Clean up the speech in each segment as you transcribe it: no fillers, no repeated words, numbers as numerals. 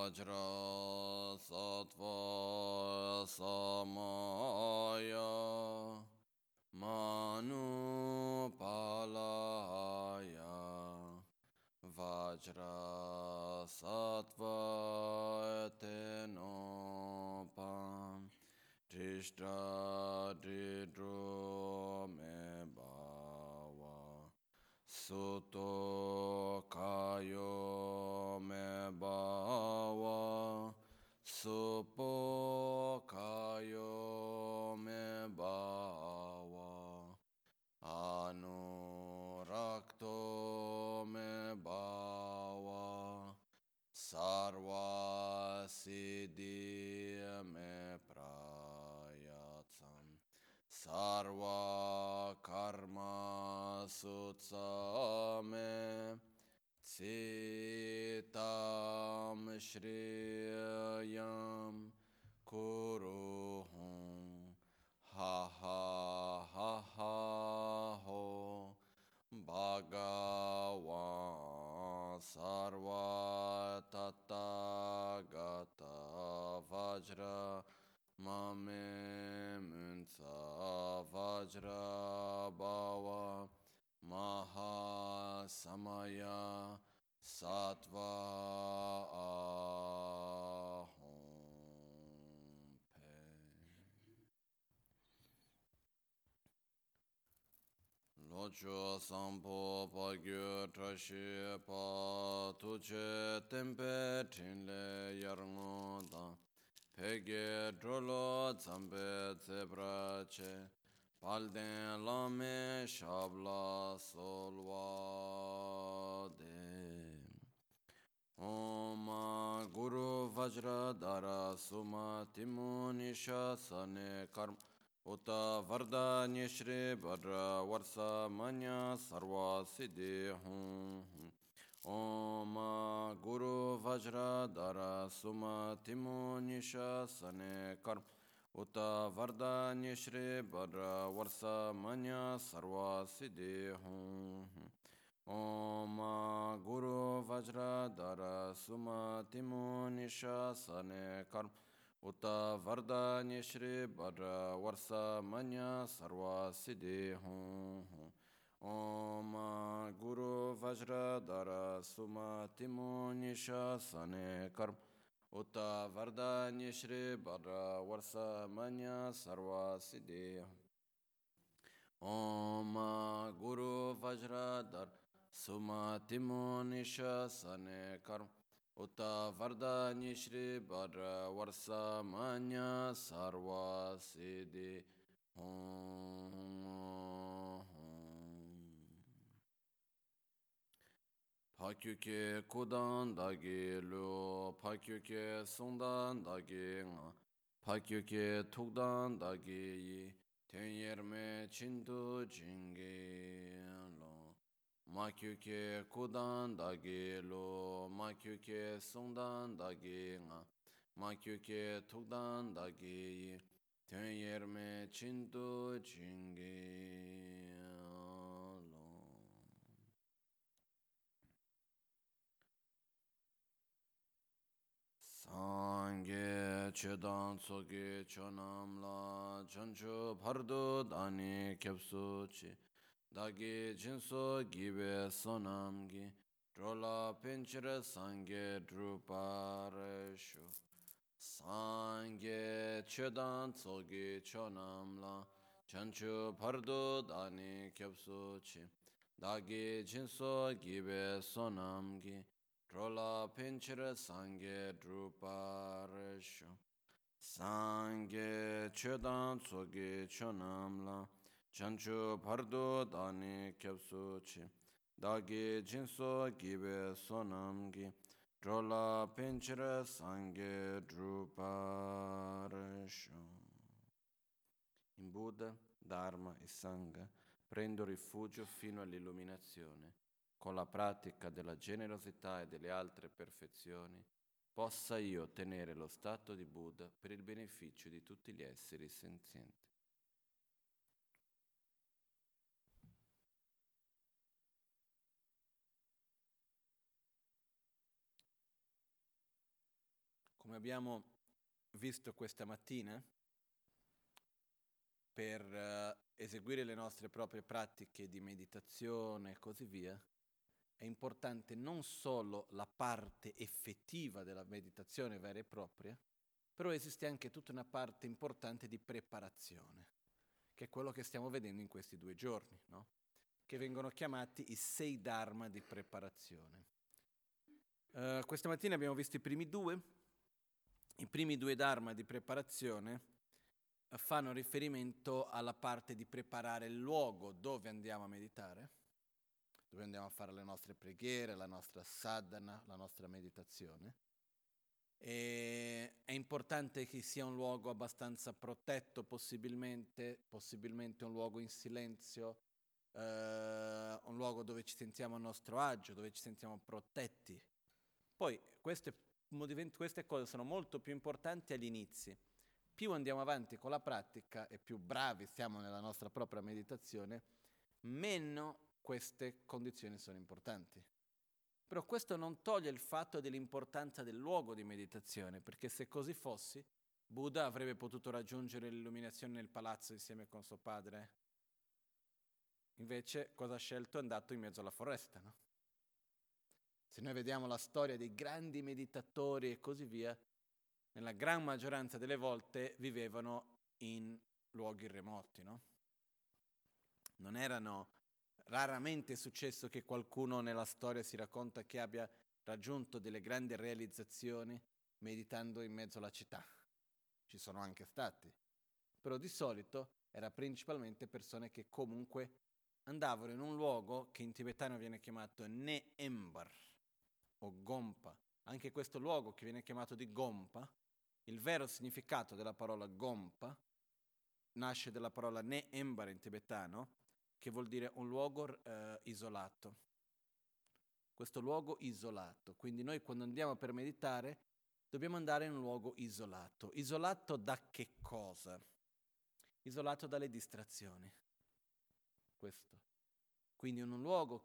Vajra Sattva Samaya Manu Palaya Vajra Sattva Tenopam Drishta Dridro Me Bhava Suto Kayo Me Bhava Supo Kayo Me Bhava Anurakto Me Bhava Sarva Siddhi Me Prayatsam Sarva Karma Sutsame Citam Shriyam Kuruhum Ha ha ha ha ho Bhagavan Sarva Tathagata Vajra Mame Munsa Vajra Bhava Maha Samaya Sattva Ahom Pe. Locho Sampo Pagyo Trashi Pa Tuche Tempe Trinle Yarngoda Pege Drolo Zambe Zebrache Palden Lame Shabla Solvade Om Guru Vajra Dara Suma Timunisha Sane Karma Uta Varda Nishri Bhadra Varsa Manya Sarva Siddhi Hum Om Guru Vajra Dara Suma Timunisha Sane Karma Uta Varda Nishri Bhadra Varsa Manya Sarva Siddhi Hum Om Guru Vajra Dara Suma Timunisha Sane Karma Uta Varda Nishri Bhadra Varsa Manya Sarva Siddhi Hum Om Guru Vajra Dara Suma Timunisha Sane Karma Uta Varda Nishri Bhadra Varsa Manya Sarva Siddhi Om Guru Vajra Dara Suma Timunisha Sane Karma Uta Varda Nishri Bhadra Varsa Manya Sarva Siddhi Pakyuke Kudan Dagi Lu Pakyuke Sundan Dagi Nga Pakyuke Tukdan Dagi Yi Tenyerme Chintu Jingi Lo Makyuke Kudan Dagi Lu Makyuke Sundan Dagi Nga Makyuke Tukdan Dagi Yi Tenyerme Chintu Jingi Lo Sangye Chedan Soge Chonam La Chancho Bhardo Dani Kepsu Chi Dagi Jinso Gibe Sonamgi Drola Pinchira Sangye Drupareshu Sangye Chedan Soge Chonam La Chancho Bhardo Dani Kepsu Chi Dagi Jinso Gibe Sonamgi Drola Pinchira Sangye Drupareshu Sangye Chedan Tsoge Chonamla Chancho Pardo Dani Kyapsu Chi Dagi Jinso Gibe Sonamgi Drola Pinchira Sangye Drupareshu. In Buddha, Dharma e Sangha prendo rifugio fino all'illuminazione. Con la pratica della generosità e delle altre perfezioni, possa io ottenere lo stato di Buddha per il beneficio di tutti gli esseri senzienti. come abbiamo visto questa mattina, per eseguire le nostre proprie pratiche di meditazione e così via, è importante non solo la parte effettiva della meditazione vera e propria, però esiste anche tutta una parte importante di preparazione, che è quello che stiamo vedendo in questi 2 giorni, no? Che vengono chiamati i 6 dharma di preparazione. Questa mattina abbiamo visto i primi 2. I primi 2 dharma di preparazione fanno riferimento alla parte di preparare il luogo dove andiamo a meditare, dove andiamo a fare le nostre preghiere, la nostra sadhana, la nostra meditazione. E è importante che sia un luogo abbastanza protetto, possibilmente un luogo in silenzio, un luogo dove ci sentiamo a nostro agio, dove ci sentiamo protetti. Poi queste cose sono molto più importanti agli inizi. Più andiamo avanti con la pratica e più bravi siamo nella nostra propria meditazione, meno queste condizioni sono importanti. Però questo non toglie il fatto dell'importanza del luogo di meditazione, perché se così fosse, Buddha avrebbe potuto raggiungere l'illuminazione nel palazzo insieme con suo padre. Invece cosa ha scelto? È andato in mezzo alla foresta, no? Se noi vediamo la storia dei grandi meditatori e così via, nella gran maggioranza delle volte vivevano in luoghi remoti, no? Raramente è successo che qualcuno nella storia si racconta che abbia raggiunto delle grandi realizzazioni meditando in mezzo alla città. Ci sono anche stati, però di solito era principalmente persone che comunque andavano in un luogo che in tibetano viene chiamato Neembar o Gompa. Anche questo luogo che viene chiamato di Gompa, il vero significato della parola Gompa nasce dalla parola Neembar in tibetano, che vuol dire un luogo isolato. Questo luogo isolato. Quindi noi quando andiamo per meditare dobbiamo andare in un luogo isolato. Isolato da che cosa? Isolato dalle distrazioni. Questo. Quindi in un luogo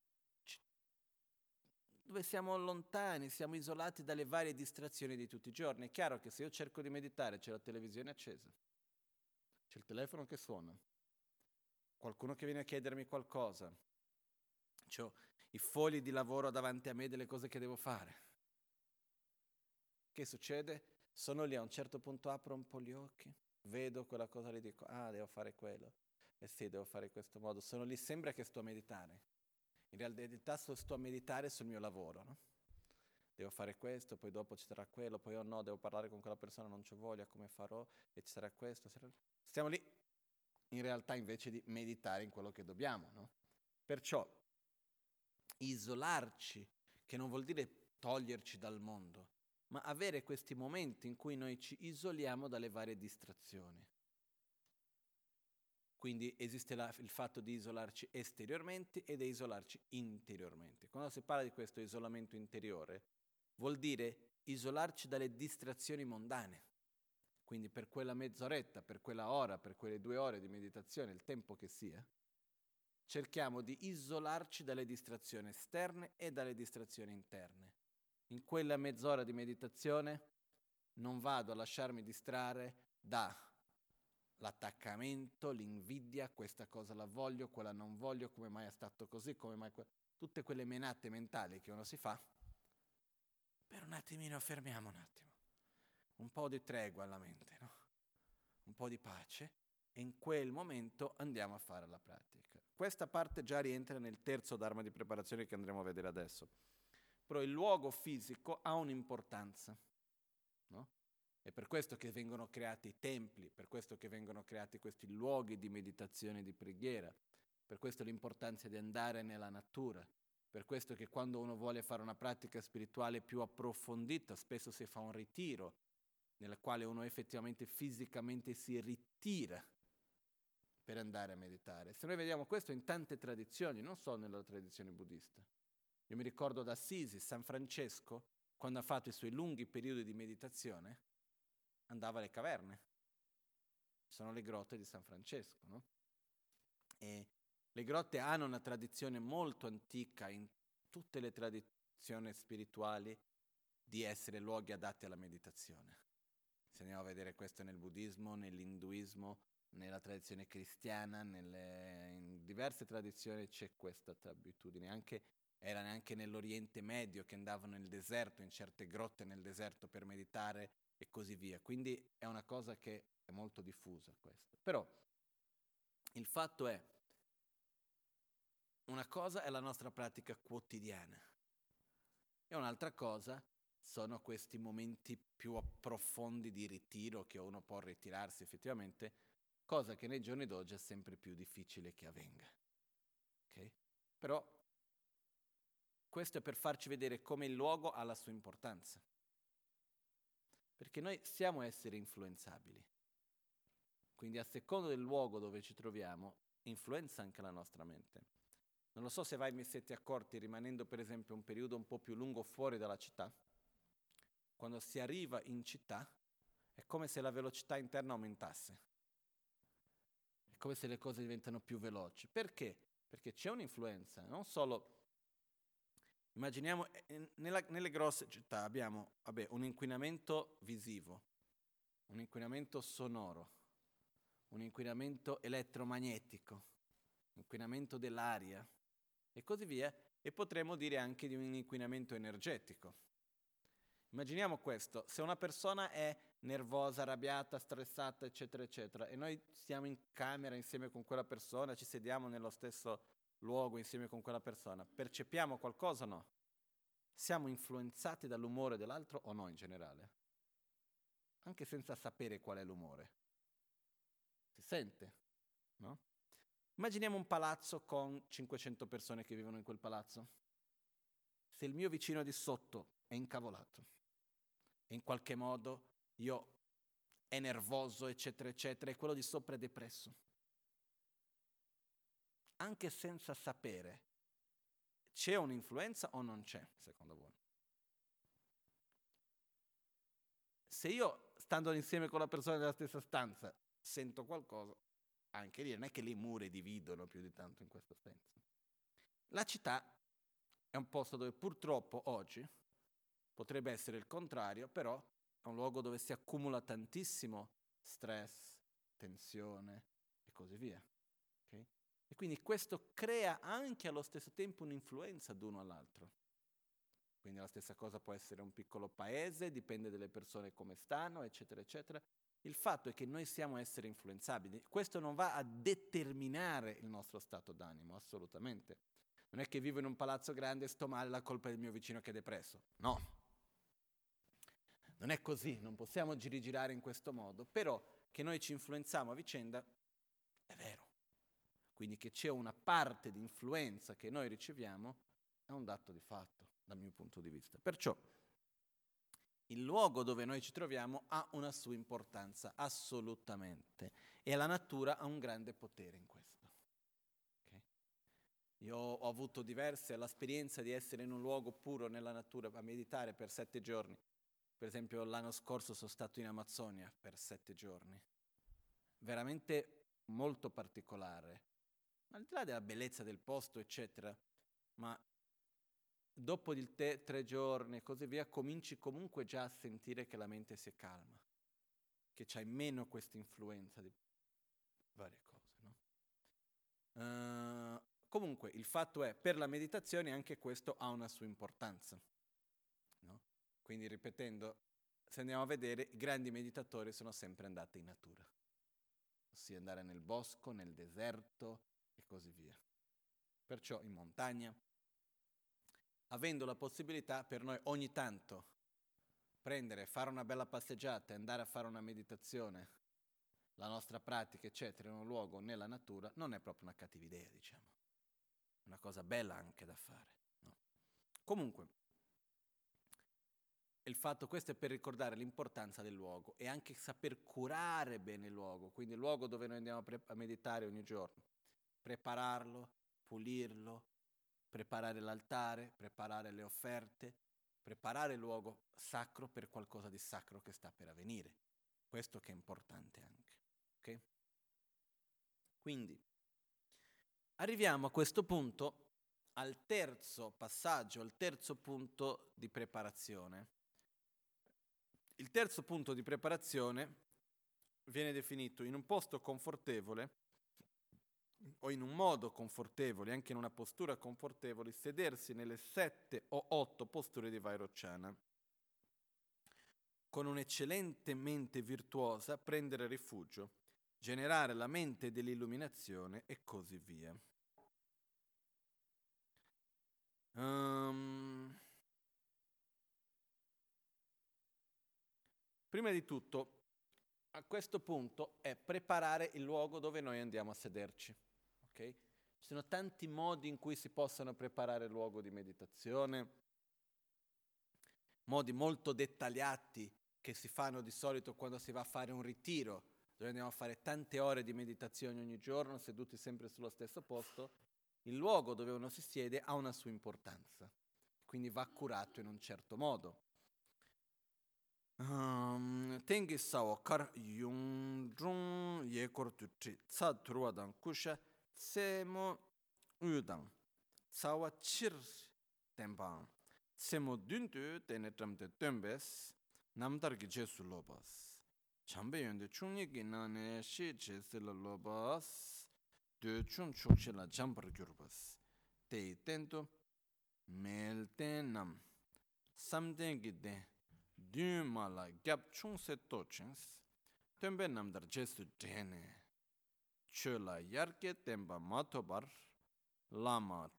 dove siamo lontani, siamo isolati dalle varie distrazioni di tutti i giorni. È chiaro che se io cerco di meditare c'è la televisione accesa, c'è il telefono che suona, qualcuno che viene a chiedermi qualcosa, c'ho i fogli di lavoro davanti a me delle cose che devo fare. Che succede? Sono lì, a un certo punto apro un po' gli occhi, vedo quella cosa e dico, devo fare quello, sì, devo fare in questo modo. Sono lì, sembra che sto a meditare. In realtà sto a meditare sul mio lavoro, no? Devo fare questo, poi dopo ci sarà quello, poi no, devo parlare con quella persona, non c'ho voglia, come farò, e ci sarà questo. Stiamo lì, in realtà, invece di meditare in quello che dobbiamo, no? Perciò, isolarci, che non vuol dire toglierci dal mondo, ma avere questi momenti in cui noi ci isoliamo dalle varie distrazioni. Quindi esiste il fatto di isolarci esteriormente ed isolarci interiormente. Quando si parla di questo isolamento interiore, vuol dire isolarci dalle distrazioni mondane. Quindi per quella mezz'oretta, per quella ora, per quelle 2 ore di meditazione, il tempo che sia, cerchiamo di isolarci dalle distrazioni esterne e dalle distrazioni interne. In quella mezz'ora di meditazione non vado a lasciarmi distrarre dall'attaccamento, l'invidia, questa cosa la voglio, quella non voglio, come mai è stato così, come mai tutte quelle menate mentali che uno si fa. Per un attimino fermiamo un attimo, un po' di tregua alla mente, no? Un po' di pace, e in quel momento andiamo a fare la pratica. Questa parte già rientra nel terzo dharma di preparazione che andremo a vedere adesso. Però il luogo fisico ha un'importanza, no? È per questo che vengono creati i templi, per questo che vengono creati questi luoghi di meditazione e di preghiera, per questo l'importanza di andare nella natura, per questo che quando uno vuole fare una pratica spirituale più approfondita, spesso si fa un ritiro, nella quale uno effettivamente fisicamente si ritira per andare a meditare. Se noi vediamo questo in tante tradizioni, non solo nella tradizione buddista. Io mi ricordo da Assisi, San Francesco, quando ha fatto i suoi lunghi periodi di meditazione, andava alle caverne. Sono le grotte di San Francesco, no? E le grotte hanno una tradizione molto antica in tutte le tradizioni spirituali di essere luoghi adatti alla meditazione. Se andiamo a vedere questo nel buddismo, nell'induismo, nella tradizione cristiana, in diverse tradizioni c'è questa abitudine. Era anche nell'Oriente Medio che andavano nel deserto, in certe grotte nel deserto per meditare e così via. Quindi è una cosa che è molto diffusa questa. Però il fatto è, una cosa è la nostra pratica quotidiana e un'altra cosa sono questi momenti più profondi di ritiro che uno può ritirarsi effettivamente, cosa che nei giorni d'oggi è sempre più difficile che avvenga. Okay? Però questo è per farci vedere come il luogo ha la sua importanza. Perché noi siamo esseri influenzabili. Quindi a seconda del luogo dove ci troviamo, influenza anche la nostra mente. Non lo so se vi siete accorti, rimanendo per esempio un periodo un po' più lungo fuori dalla città, quando si arriva in città è come se la velocità interna aumentasse. È come se le cose diventano più veloci. Perché? Perché c'è un'influenza, non solo. Immaginiamo, nelle grosse città abbiamo un inquinamento visivo, un inquinamento sonoro, un inquinamento elettromagnetico, un inquinamento dell'aria e così via, e potremmo dire anche di un inquinamento energetico. Immaginiamo questo, se una persona è nervosa, arrabbiata, stressata, eccetera, eccetera, e noi stiamo in camera insieme con quella persona, ci sediamo nello stesso luogo insieme con quella persona, percepiamo qualcosa o no? Siamo influenzati dall'umore dell'altro o no in generale? Anche senza sapere qual è l'umore. Si sente, no? Immaginiamo un palazzo con 500 persone che vivono in quel palazzo. Se il mio vicino di sotto è incavolato e in qualche modo è nervoso, eccetera, eccetera, e quello di sopra è depresso, anche senza sapere, c'è un'influenza o non c'è, secondo voi? Se io, stando insieme con la persona nella stessa stanza, sento qualcosa, anche lì non è che le mura dividono più di tanto in questo senso. La città è un posto dove purtroppo oggi potrebbe essere il contrario, però è un luogo dove si accumula tantissimo stress, tensione e così via. Okay? E quindi questo crea anche allo stesso tempo un'influenza d'uno all'altro. Quindi la stessa cosa può essere un piccolo paese, dipende dalle persone come stanno, eccetera, eccetera. Il fatto è che noi siamo esseri influenzabili. Questo non va a determinare il nostro stato d'animo, assolutamente. Non è che vivo in un palazzo grande e sto male, la colpa è del mio vicino che è depresso. No. Non è così, non possiamo girare in questo modo, però che noi ci influenziamo a vicenda è vero. Quindi che c'è una parte di influenza che noi riceviamo è un dato di fatto, dal mio punto di vista. Perciò il luogo dove noi ci troviamo ha una sua importanza, assolutamente, e la natura ha un grande potere in questo. Okay? Io ho avuto l'esperienza di essere in un luogo puro nella natura a meditare per 7 giorni. Per esempio l'anno scorso sono stato in Amazzonia per 7 giorni. Veramente molto particolare. Al di là della bellezza del posto, eccetera, ma dopo 3 giorni e così via, cominci comunque già a sentire che la mente si calma, che c'hai meno questa influenza di varie cose, no? Comunque, il fatto è, per la meditazione anche questo ha una sua importanza, no? Quindi, ripetendo, se andiamo a vedere, i grandi meditatori sono sempre andati in natura, ossia andare nel bosco, nel deserto e così via. Perciò in montagna, avendo la possibilità per noi ogni tanto fare una bella passeggiata e andare a fare una meditazione, la nostra pratica, eccetera, in un luogo nella natura, non è proprio una cattiva idea, diciamo. È una cosa bella anche da fare, no? Comunque, il fatto questo è per ricordare l'importanza del luogo e anche saper curare bene il luogo, quindi il luogo dove noi andiamo a meditare ogni giorno, prepararlo, pulirlo, preparare l'altare, preparare le offerte, preparare il luogo sacro per qualcosa di sacro che sta per avvenire. Questo che è importante anche. Okay? Quindi arriviamo a questo punto al terzo passaggio, al terzo punto di preparazione, Il terzo punto di preparazione viene definito in un posto confortevole o in un modo confortevole, anche in una postura confortevole, sedersi nelle 7 o 8 posture di Vairochana. Con un'eccellente mente virtuosa prendere rifugio, generare la mente dell'illuminazione e così via. Prima di tutto, a questo punto è preparare il luogo dove noi andiamo a sederci. Okay? Ci sono tanti modi in cui si possono preparare il luogo di meditazione, modi molto dettagliati che si fanno di solito quando si va a fare un ritiro, dove andiamo a fare tante ore di meditazione ogni giorno, seduti sempre sullo stesso posto. Il luogo dove uno si siede ha una sua importanza, quindi va curato in un certo modo. Tengi sawa kar yung zhung ye kor tu tri tsa turwa dang kusha tsemo uyudang tsawa chir tenpang tsemo dundu tene tramte tembes namdar ki jesu lobas chambe yonde chungye ki nane shi jesu lobas de chung chukshi la jambar gyurbas te tento mel tenam samden ki den dün mala gyab chung se tochins tembe namdar jesu dene chola yarke temba matobar lama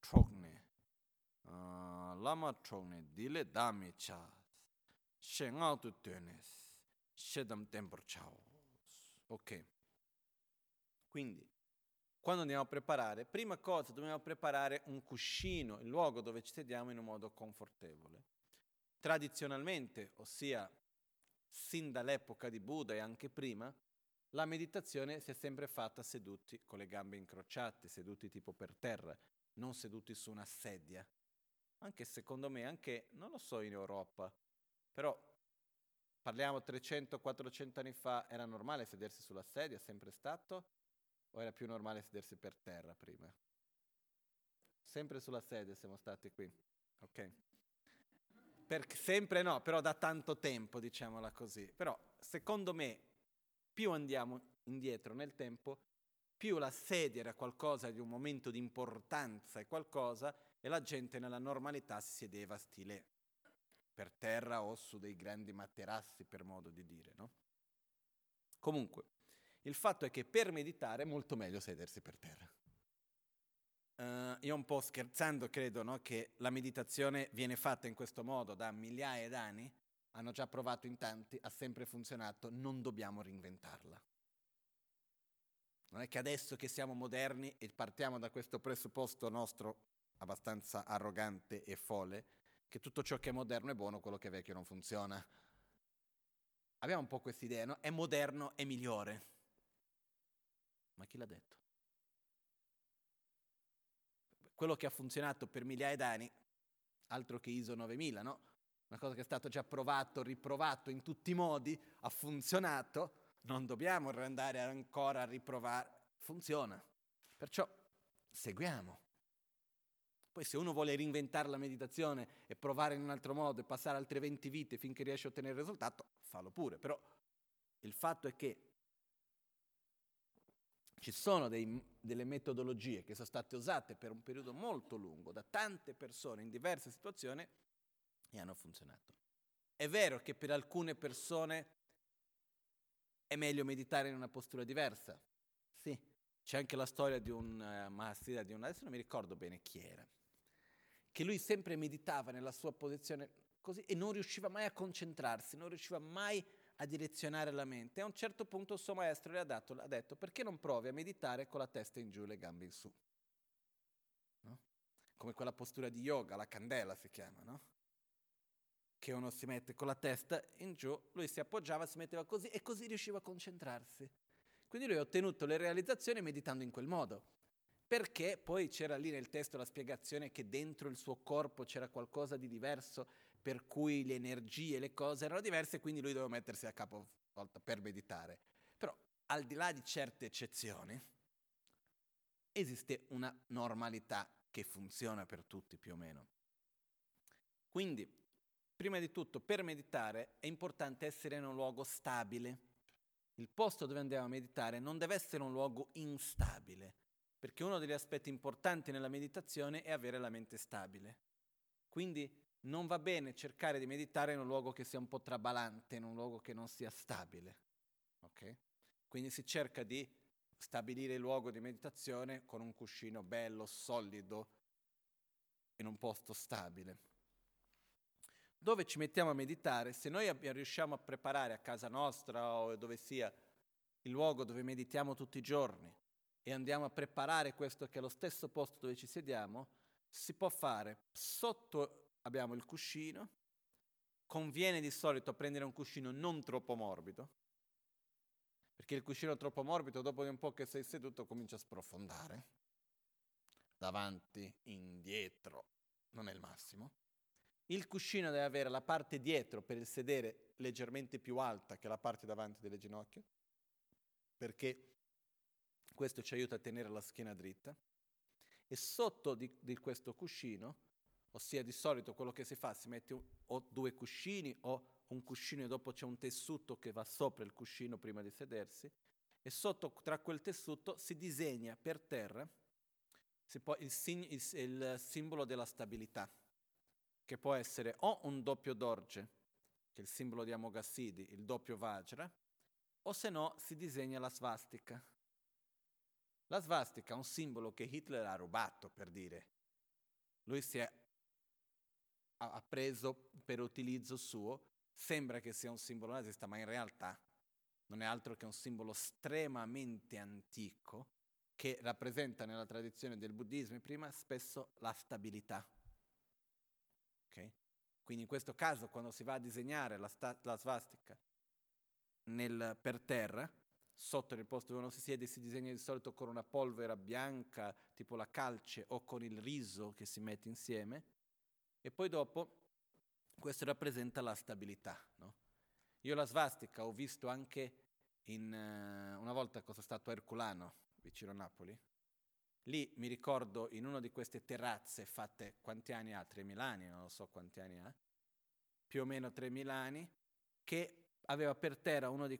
trokne dile dami cha shengautu tenes shedam tempor chaos. Ok, quindi quando andiamo a preparare, prima cosa dobbiamo preparare un cuscino, il luogo dove ci sediamo in un modo confortevole. Tradizionalmente, ossia sin dall'epoca di Buddha e anche prima, la meditazione si è sempre fatta seduti con le gambe incrociate, seduti tipo per terra, non seduti su una sedia. Anche secondo me, anche, non lo so in Europa, però parliamo 300-400 anni fa, era normale sedersi sulla sedia, è sempre stato? O era più normale sedersi per terra prima? Sempre sulla sedia siamo stati qui, ok? Sempre no, però da tanto tempo, diciamola così. Però, secondo me, più andiamo indietro nel tempo, più la sedia era qualcosa di un momento di importanza e qualcosa, e la gente nella normalità si sedeva stile per terra o su dei grandi materassi, per modo di dire, no? Comunque, il fatto è che per meditare è molto meglio sedersi per terra. Io un po' scherzando credo, no, che la meditazione viene fatta in questo modo da migliaia d'anni, hanno già provato in tanti, ha sempre funzionato, non dobbiamo reinventarla. Non è che adesso che siamo moderni e partiamo da questo presupposto nostro abbastanza arrogante e folle, che tutto ciò che è moderno è buono, quello che è vecchio non funziona. Abbiamo un po' questa idea, no? È moderno, è migliore. Ma chi l'ha detto? Quello che ha funzionato per migliaia d'anni, altro che ISO 9000, no? Una cosa che è stato già provato, riprovato in tutti i modi, ha funzionato, non dobbiamo andare ancora a riprovare, funziona. Perciò seguiamo. Poi se uno vuole reinventare la meditazione e provare in un altro modo e passare altre 20 vite finché riesce a ottenere il risultato, fallo pure. Però il fatto è che ci sono delle metodologie che sono state usate per un periodo molto lungo da tante persone in diverse situazioni e hanno funzionato. È vero che per alcune persone è meglio meditare in una postura diversa. Sì, c'è anche la storia di un Mahasiddha, adesso non mi ricordo bene chi era, che lui sempre meditava nella sua posizione così e non riusciva mai a concentrarsi, non riusciva mai a direzionare la mente. A un certo punto il suo maestro le ha detto: perché non provi a meditare con la testa in giù e le gambe in su? No? Come quella postura di yoga, la candela si chiama, no? Che uno si mette con la testa in giù, lui si appoggiava, si metteva così e così riusciva a concentrarsi. Quindi lui ha ottenuto le realizzazioni meditando in quel modo. Perché poi c'era lì nel testo la spiegazione che dentro il suo corpo c'era qualcosa di diverso, per cui le energie, le cose erano diverse, e quindi lui doveva mettersi a capo volta per meditare. Però al di là di certe eccezioni, esiste una normalità che funziona per tutti più o meno. Quindi prima di tutto, per meditare è importante essere in un luogo stabile. Il posto dove andiamo a meditare non deve essere un luogo instabile, perché uno degli aspetti importanti nella meditazione è avere la mente stabile. Quindi non va bene cercare di meditare in un luogo che sia un po' trabalante, in un luogo che non sia stabile. Okay? Quindi si cerca di stabilire il luogo di meditazione con un cuscino bello, solido, in un posto stabile. Dove ci mettiamo a meditare, se noi riusciamo a preparare a casa nostra o dove sia il luogo dove meditiamo tutti i giorni e andiamo a preparare questo che è lo stesso posto dove ci sediamo, si può fare sotto, abbiamo il cuscino, conviene di solito prendere un cuscino non troppo morbido, perché il cuscino troppo morbido dopo di un po' che sei seduto comincia a sprofondare, davanti, indietro, non è il massimo. Il cuscino deve avere la parte dietro per il sedere leggermente più alta che la parte davanti delle ginocchia, perché questo ci aiuta a tenere la schiena dritta. E sotto di questo cuscino, ossia di solito quello che si fa, si mette o due cuscini o un cuscino e dopo c'è un tessuto che va sopra il cuscino prima di sedersi, e sotto tra quel tessuto si disegna per terra il simbolo della stabilità, che può essere o un doppio dorje, che è il simbolo di Amoghasiddhi, il doppio Vajra, o se no si disegna la svastica. La svastica è un simbolo che Hitler ha rubato, per dire. Lui ha preso per utilizzo suo, sembra che sia un simbolo nazista, ma in realtà non è altro che un simbolo estremamente antico che rappresenta nella tradizione del buddismo e prima spesso la stabilità. Okay? Quindi in questo caso quando si va a disegnare la svastica per terra, sotto nel posto dove uno si siede, si disegna di solito con una polvere bianca tipo la calce o con il riso che si mette insieme, e poi dopo questo rappresenta la stabilità, no? Io la svastica ho visto anche una volta che sono stato a Erculano, vicino a Napoli. Lì mi ricordo in una di queste terrazze fatte, quanti anni ha? 3.000 anni, non lo so quanti anni ha, più o meno 3.000 anni, che aveva per terra una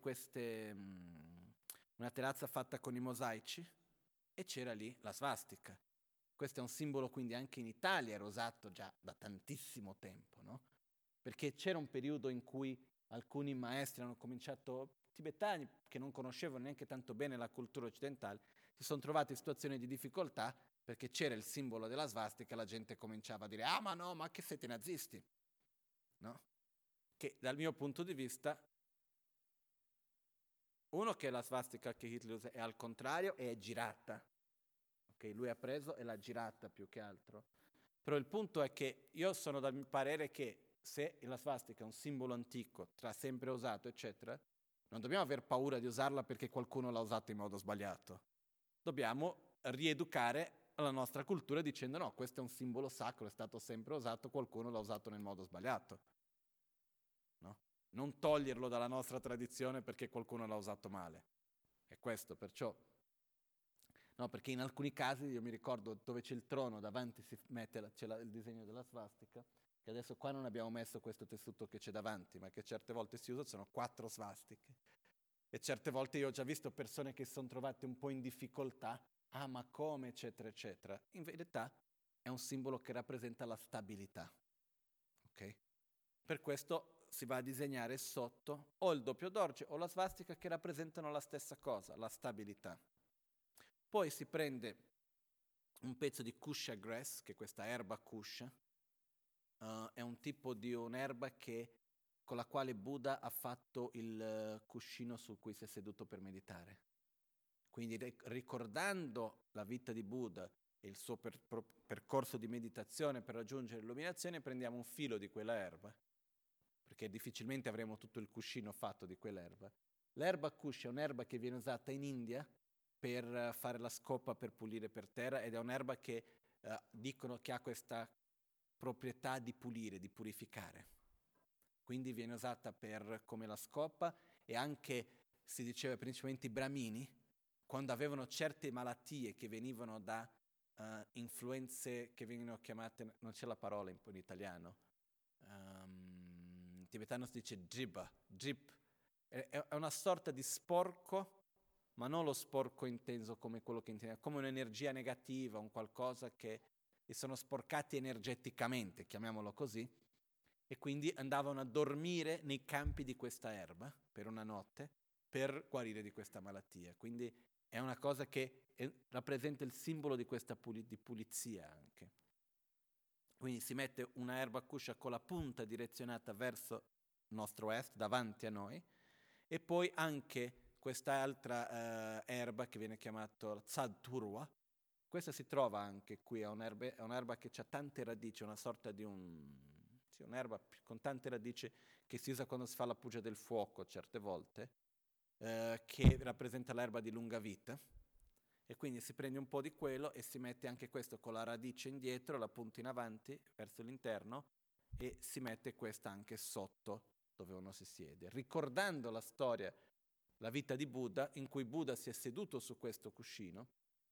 terrazza fatta con i mosaici e c'era lì la svastica. Questo è un simbolo quindi anche in Italia, era usato già da tantissimo tempo, no? Perché c'era un periodo in cui alcuni maestri hanno cominciato, tibetani che non conoscevano neanche tanto bene la cultura occidentale, si sono trovati in situazioni di difficoltà perché c'era il simbolo della svastica e la gente cominciava a dire «Ah, ma no, ma che siete nazisti?» No? Che dal mio punto di vista, uno che la svastica che Hitler usa è al contrario e è girata. Okay, lui ha preso e l'ha girata più che altro. Però il punto è che io sono del parere che se la svastica è un simbolo antico, tra sempre usato, eccetera, non dobbiamo aver paura di usarla perché qualcuno l'ha usata in modo sbagliato. Dobbiamo rieducare la nostra cultura dicendo no, questo è un simbolo sacro, è stato sempre usato, qualcuno l'ha usato nel modo sbagliato. No? Non toglierlo dalla nostra tradizione perché qualcuno l'ha usato male. È questo, perciò. No, perché in alcuni casi, io mi ricordo dove c'è il trono, davanti si mette il disegno della svastica, che adesso qua non abbiamo messo questo tessuto che c'è davanti, ma che certe volte si usa, sono 4 svastiche. E certe volte io ho già visto persone che si sono trovate un po' in difficoltà, ah ma come, eccetera, eccetera. In verità è un simbolo che rappresenta la stabilità. Ok? Per questo si va a disegnare sotto o il doppio dorje o la svastica che rappresentano la stessa cosa, la stabilità. Poi si prende un pezzo di kusha grass, che è questa erba kusha, è un tipo di un'erba con la quale Buddha ha fatto il cuscino su cui si è seduto per meditare. Quindi ricordando la vita di Buddha e il suo percorso di meditazione per raggiungere l'illuminazione, prendiamo un filo di quella erba, perché difficilmente avremo tutto il cuscino fatto di quell'erba. L'erba kusha è un'erba che viene usata in India per fare la scopa per pulire per terra ed è un'erba che dicono che ha questa proprietà di pulire, di purificare. Quindi viene usata come la scopa e anche, si diceva principalmente i brahmini, quando avevano certe malattie che venivano da influenze che vengono chiamate, non c'è la parola in italiano, tibetano si dice jiba, jip, è una sorta di sporco, ma non lo sporco inteso come quello che intendiamo, come un'energia negativa, un qualcosa che sono sporcati energeticamente, chiamiamolo così, e quindi andavano a dormire nei campi di questa erba per una notte per guarire di questa malattia. Quindi è una cosa che rappresenta il simbolo di questa di pulizia anche. Quindi si mette una erba kusha con la punta direzionata verso il nostro est, davanti a noi, e poi anche quest'altra erba che viene chiamata Tsad Turwa. Questa si trova anche qui, è un'erba che ha tante radici, una sorta di un'erba con tante radici che si usa quando si fa la puja del fuoco certe volte, che rappresenta l'erba di lunga vita. E quindi si prende un po' di quello e si mette anche questo con la radice indietro, la punta in avanti, verso l'interno, e si mette questa anche sotto dove uno si siede, ricordando la storia, la vita di Buddha, in cui Buddha si è seduto su questo cuscino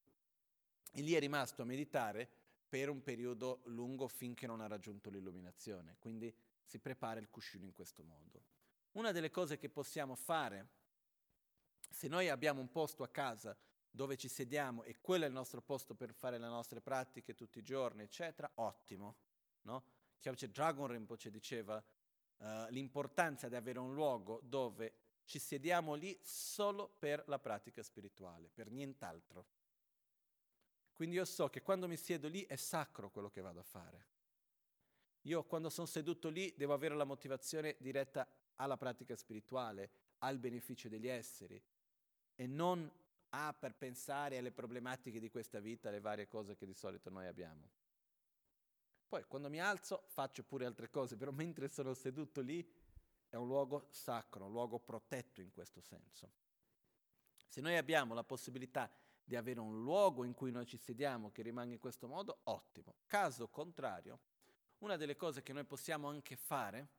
e lì è rimasto a meditare per un periodo lungo finché non ha raggiunto l'illuminazione. Quindi si prepara il cuscino in questo modo. Una delle cose che possiamo fare, se noi abbiamo un posto a casa dove ci sediamo e quello è il nostro posto per fare le nostre pratiche tutti i giorni, eccetera, ottimo, no? Kyabche Dragon Rinpoche diceva l'importanza di avere un luogo dove ci sediamo lì solo per la pratica spirituale, per nient'altro. Quindi io so che quando mi siedo lì è sacro quello che vado a fare. Io quando sono seduto lì devo avere la motivazione diretta alla pratica spirituale, al beneficio degli esseri, e non per pensare alle problematiche di questa vita, alle varie cose che di solito noi abbiamo. Poi quando mi alzo faccio pure altre cose, però mentre sono seduto lì è un luogo sacro, un luogo protetto in questo senso. Se noi abbiamo la possibilità di avere un luogo in cui noi ci sediamo che rimanga in questo modo, ottimo. Caso contrario, una delle cose che noi possiamo anche fare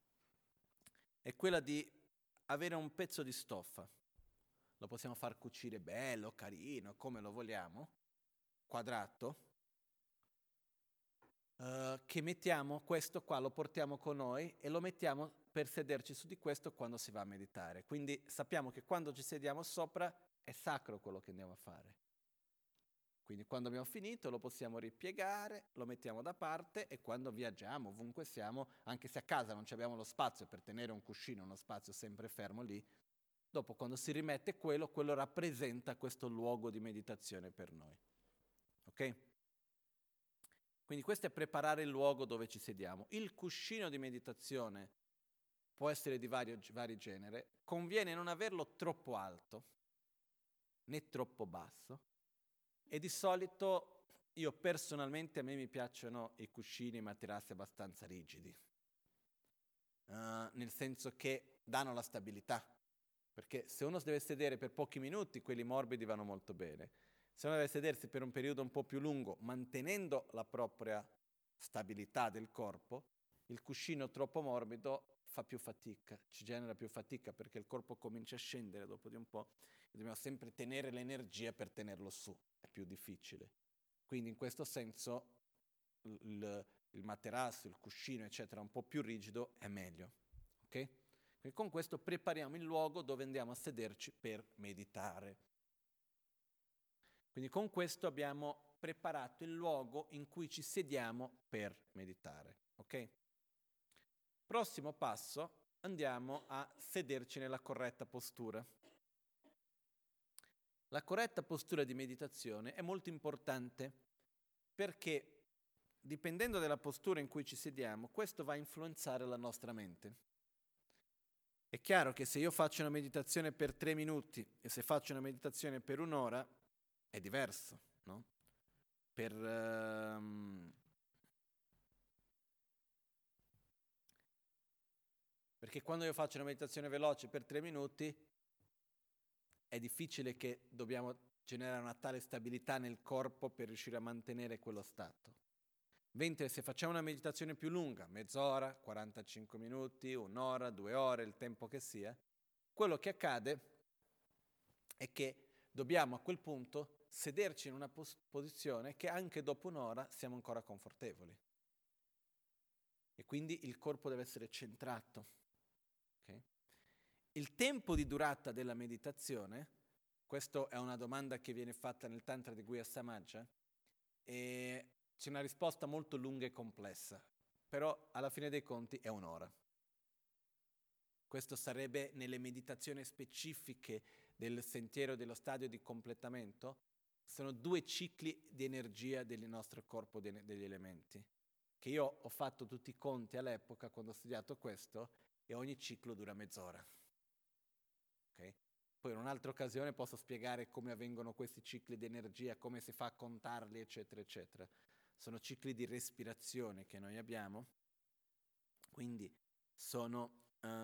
è quella di avere un pezzo di stoffa. Lo possiamo far cucire bello, carino, come lo vogliamo, quadrato, che mettiamo questo qua, lo portiamo con noi e lo mettiamo per sederci su di questo quando si va a meditare. Quindi sappiamo che quando ci sediamo sopra è sacro quello che andiamo a fare. Quindi quando abbiamo finito lo possiamo ripiegare, lo mettiamo da parte e quando viaggiamo, ovunque siamo, anche se a casa non abbiamo lo spazio per tenere un cuscino, uno spazio sempre fermo lì, dopo quando si rimette quello rappresenta questo luogo di meditazione per noi. Ok? Quindi questo è preparare il luogo dove ci sediamo. Il cuscino di meditazione può essere di vari genere, conviene non averlo troppo alto né troppo basso e di solito io personalmente a me mi piacciono i cuscini e i materassi abbastanza rigidi, nel senso che danno la stabilità, perché se uno si deve sedere per pochi minuti quelli morbidi vanno molto bene. Se uno deve sedersi per un periodo un po' più lungo, mantenendo la propria stabilità del corpo, il cuscino troppo morbido fa più fatica, ci genera più fatica perché il corpo comincia a scendere dopo di un po' e dobbiamo sempre tenere l'energia per tenerlo su, è più difficile. Quindi in questo senso il materasso, il cuscino, eccetera, un po' più rigido è meglio, ok? E con questo prepariamo il luogo dove andiamo a sederci per meditare. Quindi con questo abbiamo preparato il luogo in cui ci sediamo per meditare. Ok? Prossimo passo, andiamo a sederci nella corretta postura. La corretta postura di meditazione è molto importante perché dipendendo dalla postura in cui ci sediamo, questo va a influenzare la nostra mente. È chiaro che se io faccio una meditazione per 3 minuti e se faccio una meditazione per 1 ora, è diverso, no? Perché quando io faccio una meditazione veloce per 3 minuti è difficile che dobbiamo generare una tale stabilità nel corpo per riuscire a mantenere quello stato. Mentre se facciamo una meditazione più lunga, mezz'ora, 45 minuti, 1 ora, 2 ore, il tempo che sia, quello che accade è che dobbiamo a quel punto sederci in una posizione che anche dopo 1 ora siamo ancora confortevoli. e quindi il corpo deve essere centrato. Okay? Il tempo di durata della meditazione, questa è una domanda che viene fatta nel Tantra di Guhya Samaja, e c'è una risposta molto lunga e complessa, però alla fine dei conti è un'ora. Questo sarebbe nelle meditazioni specifiche del sentiero dello stadio di completamento, sono 2 cicli di energia del nostro corpo degli elementi, che io ho fatto tutti i conti all'epoca quando ho studiato questo, e ogni ciclo dura mezz'ora. Okay? Poi in un'altra occasione posso spiegare come avvengono questi cicli di energia, come si fa a contarli, eccetera, eccetera. Sono cicli di respirazione che noi abbiamo, quindi sono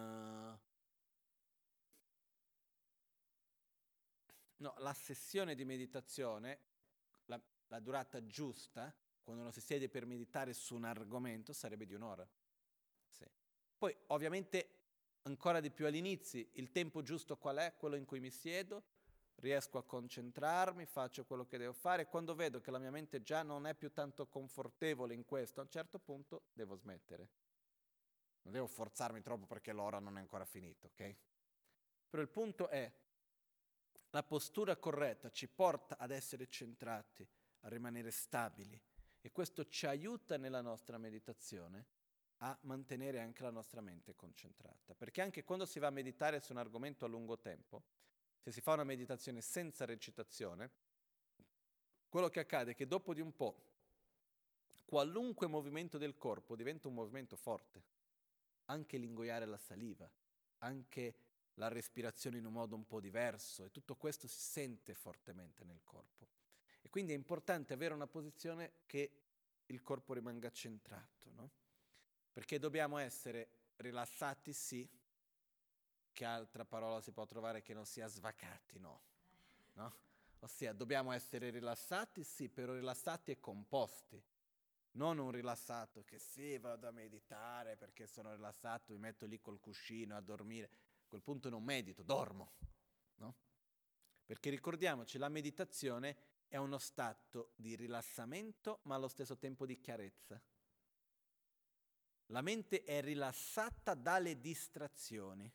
la sessione di meditazione, la durata giusta, quando uno si siede per meditare su un argomento, sarebbe di un'ora. Sì. Poi, ovviamente, ancora di più all'inizio, il tempo giusto qual è? Quello in cui mi siedo, riesco a concentrarmi, faccio quello che devo fare, e quando vedo che la mia mente già non è più tanto confortevole in questo, a un certo punto devo smettere. Non devo forzarmi troppo perché l'ora non è ancora finita, ok? Però il punto è, la postura corretta ci porta ad essere centrati, a rimanere stabili, e questo ci aiuta nella nostra meditazione a mantenere anche la nostra mente concentrata. Perché anche quando si va a meditare su un argomento a lungo tempo, se si fa una meditazione senza recitazione, quello che accade è che dopo di un po', qualunque movimento del corpo diventa un movimento forte. Anche l'ingoiare la saliva, anche la respirazione in un modo un po' diverso, e tutto questo si sente fortemente nel corpo. E quindi è importante avere una posizione che il corpo rimanga centrato, no? Perché dobbiamo essere rilassati, sì, che altra parola si può trovare che non sia svacati, no? Ossia, dobbiamo essere rilassati, sì, però rilassati e composti. Non un rilassato che sì, vado a meditare perché sono rilassato, mi metto lì col cuscino a dormire. A quel punto non medito, dormo, no? Perché ricordiamoci, la meditazione è uno stato di rilassamento, ma allo stesso tempo di chiarezza. La mente è rilassata dalle distrazioni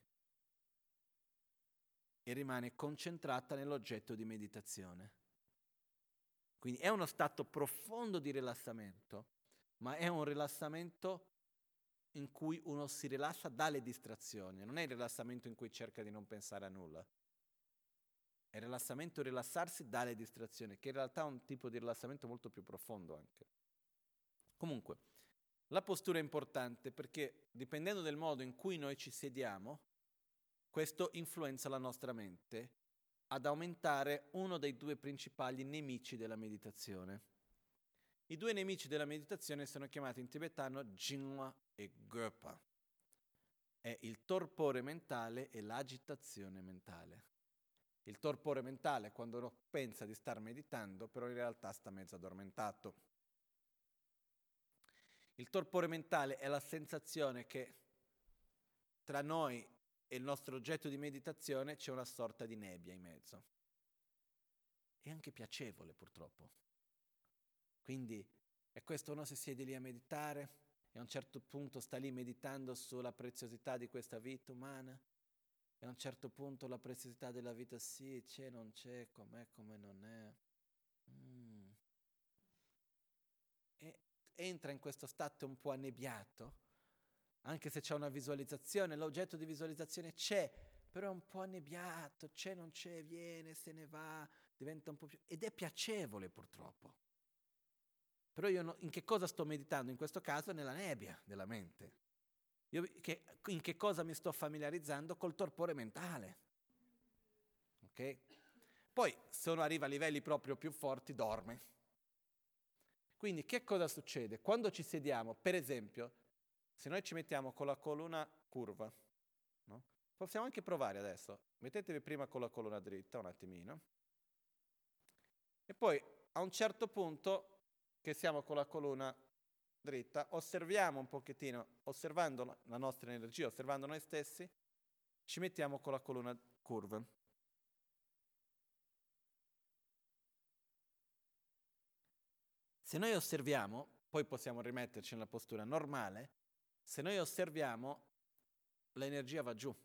e rimane concentrata nell'oggetto di meditazione. Quindi è uno stato profondo di rilassamento, ma è un rilassamento in cui uno si rilassa dalle distrazioni. Non è il rilassamento in cui cerca di non pensare a nulla. È il rilassarsi dalle distrazioni, che in realtà è un tipo di rilassamento molto più profondo anche. Comunque, la postura è importante perché dipendendo del modo in cui noi ci sediamo, questo influenza la nostra mente ad aumentare uno dei 2 principali nemici della meditazione. I 2 nemici della meditazione sono chiamati in tibetano Jinwa e Gopa. È il torpore mentale e l'agitazione mentale. Il torpore mentale è quando uno pensa di star meditando, però in realtà sta mezzo addormentato. Il torpore mentale è la sensazione che tra noi e il nostro oggetto di meditazione c'è una sorta di nebbia in mezzo. È anche piacevole, purtroppo. Quindi è questo, uno si siede lì a meditare e a un certo punto sta lì meditando sulla preziosità di questa vita umana, e a un certo punto la preziosità della vita sì, c'è, non c'è, com'è, come non è. E entra in questo stato un po' annebbiato, anche se c'è una visualizzazione, l'oggetto di visualizzazione c'è, però è un po' annebbiato, c'è, non c'è, viene, se ne va, diventa un po' più... ed è piacevole, purtroppo. Però io in che cosa sto meditando? In questo caso nella nebbia della mente. In che cosa mi sto familiarizzando? Col torpore mentale. Ok? Poi, se uno arriva a livelli proprio più forti, dorme. Quindi che cosa succede? Quando ci sediamo, per esempio, se noi ci mettiamo con la colonna curva, no? Possiamo anche provare adesso. Mettetevi prima con la colonna dritta, un attimino. E poi, a un certo punto, che siamo con la colonna dritta, osserviamo un pochettino, osservando la nostra energia, osservando noi stessi, ci mettiamo con la colonna curva. Se noi osserviamo, poi possiamo rimetterci nella postura normale, Se noi osserviamo, l'energia va giù,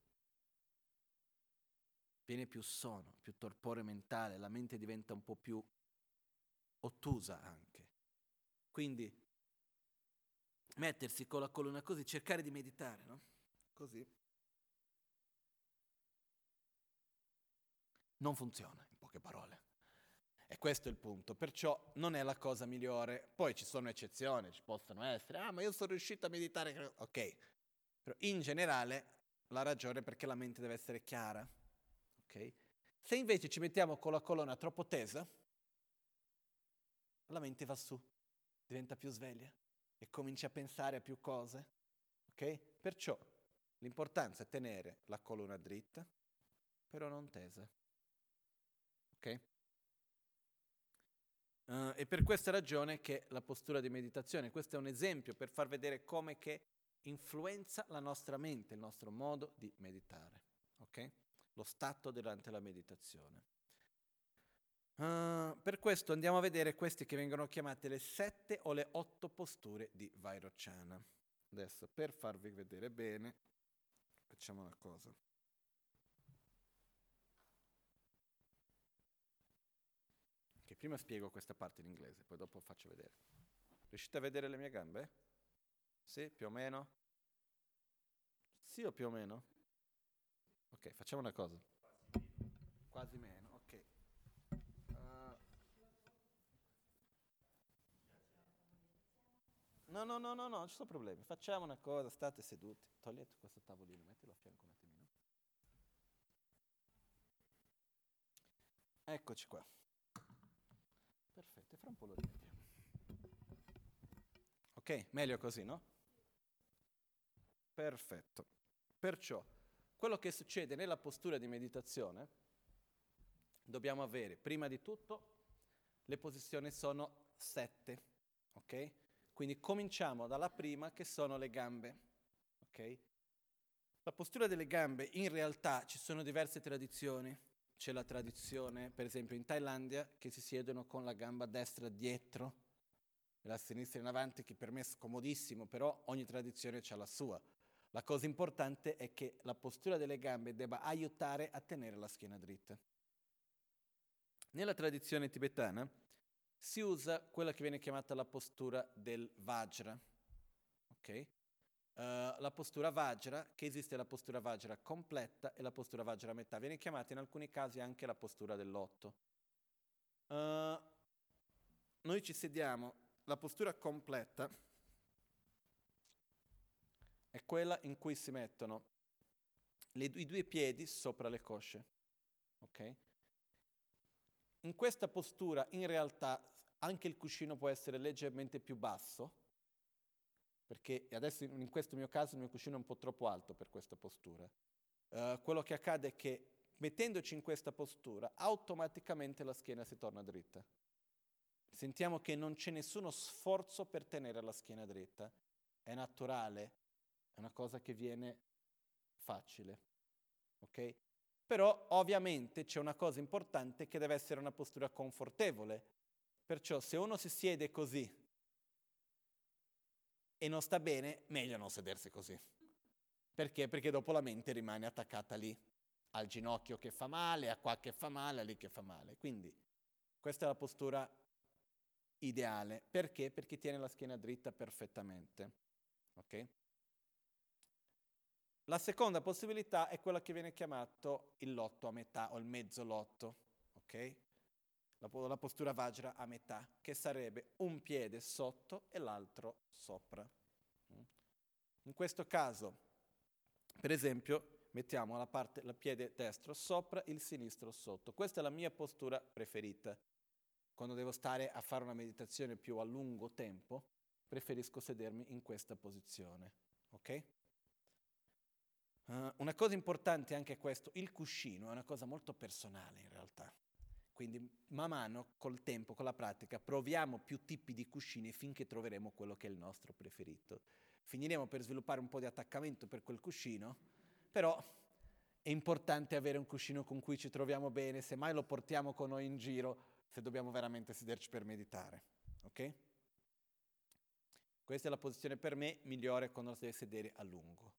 viene più sonno, più torpore mentale, la mente diventa un po' più ottusa anche. Quindi mettersi con la colonna così, cercare di meditare, no? Così. Non funziona, in poche parole. E questo è il punto, perciò non è la cosa migliore. Poi ci sono eccezioni, ci possono essere, ma io sono riuscito a meditare, ok. Però in generale la ragione è perché la mente deve essere chiara, ok? Se invece ci mettiamo con la colonna troppo tesa, la mente va su, diventa più sveglia e comincia a pensare a più cose, ok? Perciò l'importanza è tenere la colonna dritta, però non tesa, ok? E per questa ragione che la postura di meditazione, questo è un esempio per far vedere come che influenza la nostra mente, il nostro modo di meditare, ok? Lo stato durante la meditazione. Per questo andiamo a vedere queste che vengono chiamate le 7 o le 8 posture di Vairochana. Adesso, per farvi vedere bene, facciamo una cosa. Che prima spiego questa parte in inglese, poi dopo faccio vedere. Riuscite a vedere le mie gambe? Sì, più o meno? Sì o più o meno? Ok, facciamo una cosa. Quasi meno, ok. No, non ci sono problemi. Facciamo una cosa, state seduti. Togliete questo tavolino, mettilo a fianco un attimino. Eccoci qua. Perfetto, e fra un po' lo rimettiamo. Ok, meglio così, no? Perfetto. Perciò, quello che succede nella postura di meditazione, dobbiamo avere, prima di tutto, le posizioni sono 7, ok? Quindi cominciamo dalla prima, che sono le gambe, ok? La postura delle gambe, in realtà ci sono diverse tradizioni. C'è la tradizione, per esempio in Thailandia, che si siedono con la gamba destra dietro e la sinistra in avanti, che per me è scomodissimo, però ogni tradizione ha la sua. La cosa importante è che la postura delle gambe debba aiutare a tenere la schiena dritta. Nella tradizione tibetana si usa quella che viene chiamata la postura del Vajra, ok? La postura Vajra, che esiste la postura Vajra completa e la postura Vajra a metà, viene chiamata in alcuni casi anche la postura dell'otto. Noi ci sediamo, la postura completa è quella in cui si mettono i due piedi sopra le cosce, ok? In questa postura in realtà anche il cuscino può essere leggermente più basso, perché adesso in questo mio caso il mio cuscino è un po' troppo alto per questa postura. Quello che accade è che mettendoci in questa postura automaticamente la schiena si torna dritta. Sentiamo che non c'è nessuno sforzo per tenere la schiena dritta, è naturale, è una cosa che viene facile, ok? Però ovviamente c'è una cosa importante che deve essere una postura confortevole, perciò se uno si siede così e non sta bene, meglio non sedersi così. Perché? Perché dopo la mente rimane attaccata lì, al ginocchio che fa male, a qua che fa male, a lì che fa male. Quindi questa è la postura ideale. Perché? Perché tiene la schiena dritta perfettamente. Ok? La seconda possibilità è quella che viene chiamato il lotto a metà o il mezzo lotto. Ok? La postura Vajra a metà, che sarebbe un piede sotto e l'altro sopra. In questo caso, per esempio, mettiamo il piede destro sopra, il sinistro sotto. Questa è la mia postura preferita. Quando devo stare a fare una meditazione più a lungo tempo, preferisco sedermi in questa posizione. Ok? Una cosa importante è anche questo, il cuscino è una cosa molto personale in realtà. Quindi man mano, col tempo, con la pratica, proviamo più tipi di cuscini finché troveremo quello che è il nostro preferito. Finiremo per sviluppare un po' di attaccamento per quel cuscino, però è importante avere un cuscino con cui ci troviamo bene, se mai lo portiamo con noi in giro, se dobbiamo veramente sederci per meditare, ok? Questa è la posizione per me migliore quando si deve sedere a lungo.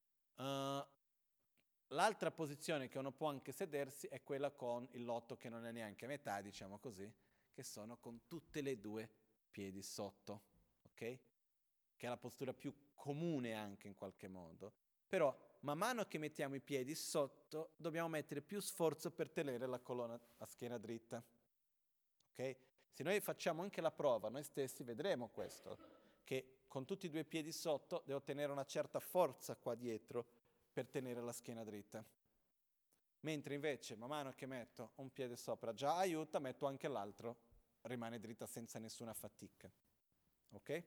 L'altra posizione che uno può anche sedersi è quella con il lotto che non è neanche a metà, diciamo così, che sono con tutte le due piedi sotto, ok? Che è la postura più comune anche in qualche modo. Però man mano che mettiamo i piedi sotto dobbiamo mettere più sforzo per tenere la colonna a schiena dritta, ok? Se noi facciamo anche la prova, noi stessi vedremo questo, che con tutti i due piedi sotto devo tenere una certa forza qua dietro per tenere la schiena dritta. Mentre invece, man mano che metto un piede sopra già aiuta, metto anche l'altro, rimane dritta senza nessuna fatica. Ok?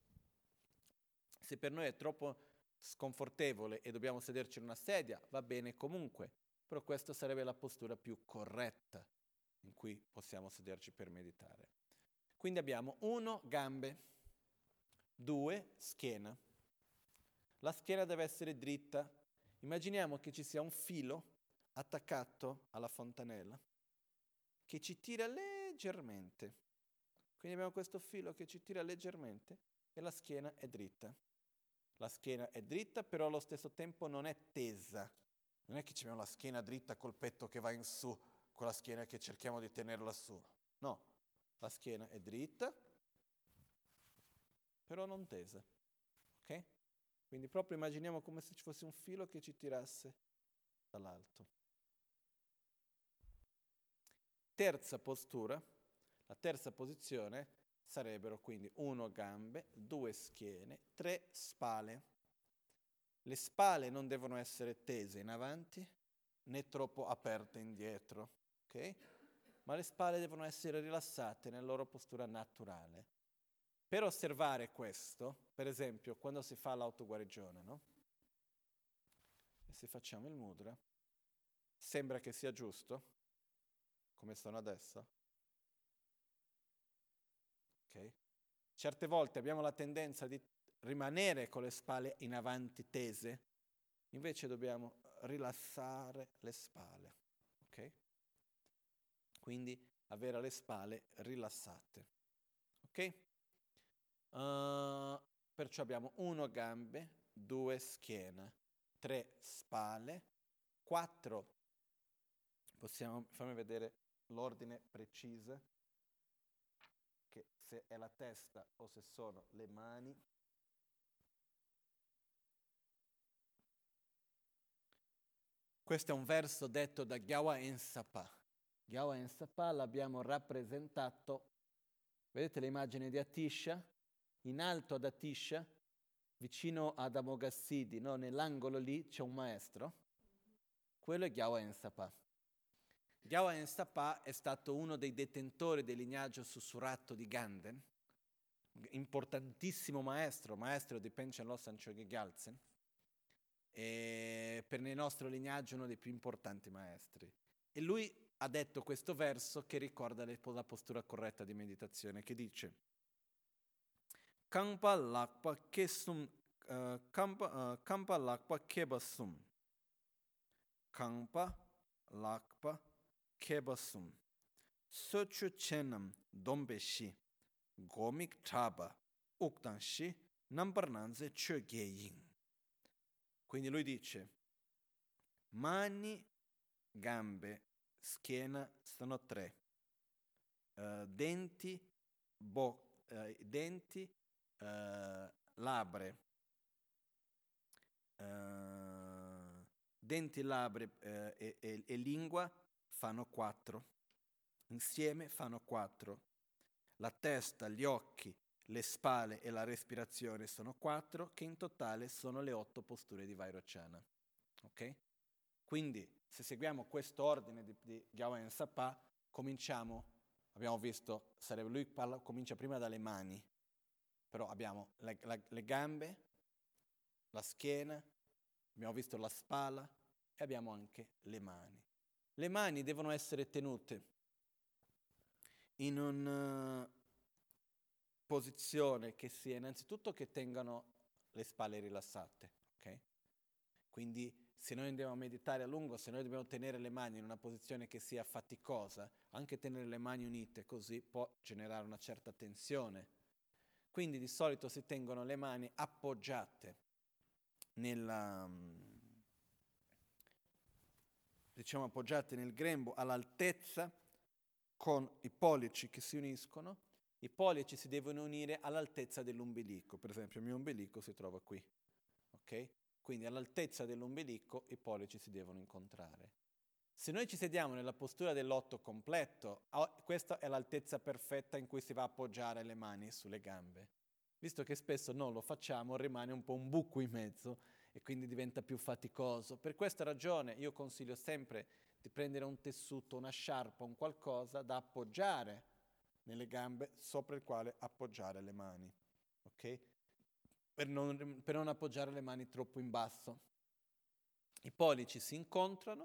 Se per noi è troppo sconfortevole e dobbiamo sederci in una sedia, va bene comunque, però questa sarebbe la postura più corretta in cui possiamo sederci per meditare. Quindi abbiamo 1 gambe, 2 schiena. La schiena deve essere dritta. Immaginiamo che ci sia un filo attaccato alla fontanella che ci tira leggermente. Quindi abbiamo questo filo che ci tira leggermente e la schiena è dritta. La schiena è dritta, però allo stesso tempo non è tesa. Non è che abbiamo la schiena dritta col petto che va in su, con la schiena che cerchiamo di tenerla su. No, la schiena è dritta, però non tesa. Ok? Quindi proprio immaginiamo come se ci fosse un filo che ci tirasse dall'alto. Terza postura, la terza posizione sarebbero quindi 1 gambe, 2 schiene, 3 spale. Le spale non devono essere tese in avanti né troppo aperte indietro, ok? Ma le spalle devono essere rilassate nella loro postura naturale. Per osservare questo, per esempio, quando si fa l'autoguarigione, no? E se facciamo il mudra, sembra che sia giusto, come sono adesso. Ok? Certe volte abbiamo la tendenza di rimanere con le spalle in avanti tese, invece dobbiamo rilassare le spalle, ok? Quindi avere le spalle rilassate, ok? Perciò abbiamo 1 gambe, 2 schiena, 3 spalle, 4, possiamo farmi vedere l'ordine preciso, che se è la testa o se sono le mani. Questo è un verso detto da Gyawa Ensapa. Gyawa Ensapa l'abbiamo rappresentato, vedete l'immagine di Atisha? In alto ad Atisha, vicino ad Amoghasiddhi, no? Nell'angolo lì c'è un maestro, quello è Gyawa Ensapa. Gyawa Ensapa è stato uno dei detentori del lignaggio sussurrato di Ganden, importantissimo maestro di Panchen Losang Chogyal Gyaltsen, e per il nostro lignaggio uno dei più importanti maestri. E lui ha detto questo verso che ricorda la postura corretta di meditazione, che dice Kampa lakpa kesum kampa lakpa kebasum kampa lakpa kebasum sochu chenam dombeshi gomik traba uktanshi namparnanze chogeyin. Quindi lui dice mani, gambe, schiena sono 3, denti, labbra, denti, labbra e lingua fanno 4, insieme fanno 4, la testa, gli occhi, le spalle e la respirazione sono 4, che in totale sono le 8 posture di Vairochana. Ok? Quindi, se seguiamo questo ordine di Gyawa Ensapa, cominciamo, abbiamo visto, comincia prima dalle mani, però abbiamo le gambe, la schiena, abbiamo visto la spalla e abbiamo anche le mani. Le mani devono essere tenute in una posizione che sia innanzitutto che tengano le spalle rilassate, ok? Quindi se noi andiamo a meditare a lungo, se noi dobbiamo tenere le mani in una posizione che sia faticosa, anche tenere le mani unite così può generare una certa tensione. Quindi di solito si tengono le mani appoggiate appoggiate nel grembo all'altezza, con i pollici che si uniscono. I pollici si devono unire all'altezza dell'ombelico. Per esempio il mio ombelico si trova qui, ok? Quindi all'altezza dell'ombelico i pollici si devono incontrare. Se noi ci sediamo nella postura dell'otto completo, questa è l'altezza perfetta in cui si va a appoggiare le mani sulle gambe. Visto che spesso non lo facciamo, rimane un po' un buco in mezzo e quindi diventa più faticoso. Per questa ragione io consiglio sempre di prendere un tessuto, una sciarpa, un qualcosa da appoggiare nelle gambe, sopra il quale appoggiare le mani, ok? Per non appoggiare le mani troppo in basso. I pollici si incontrano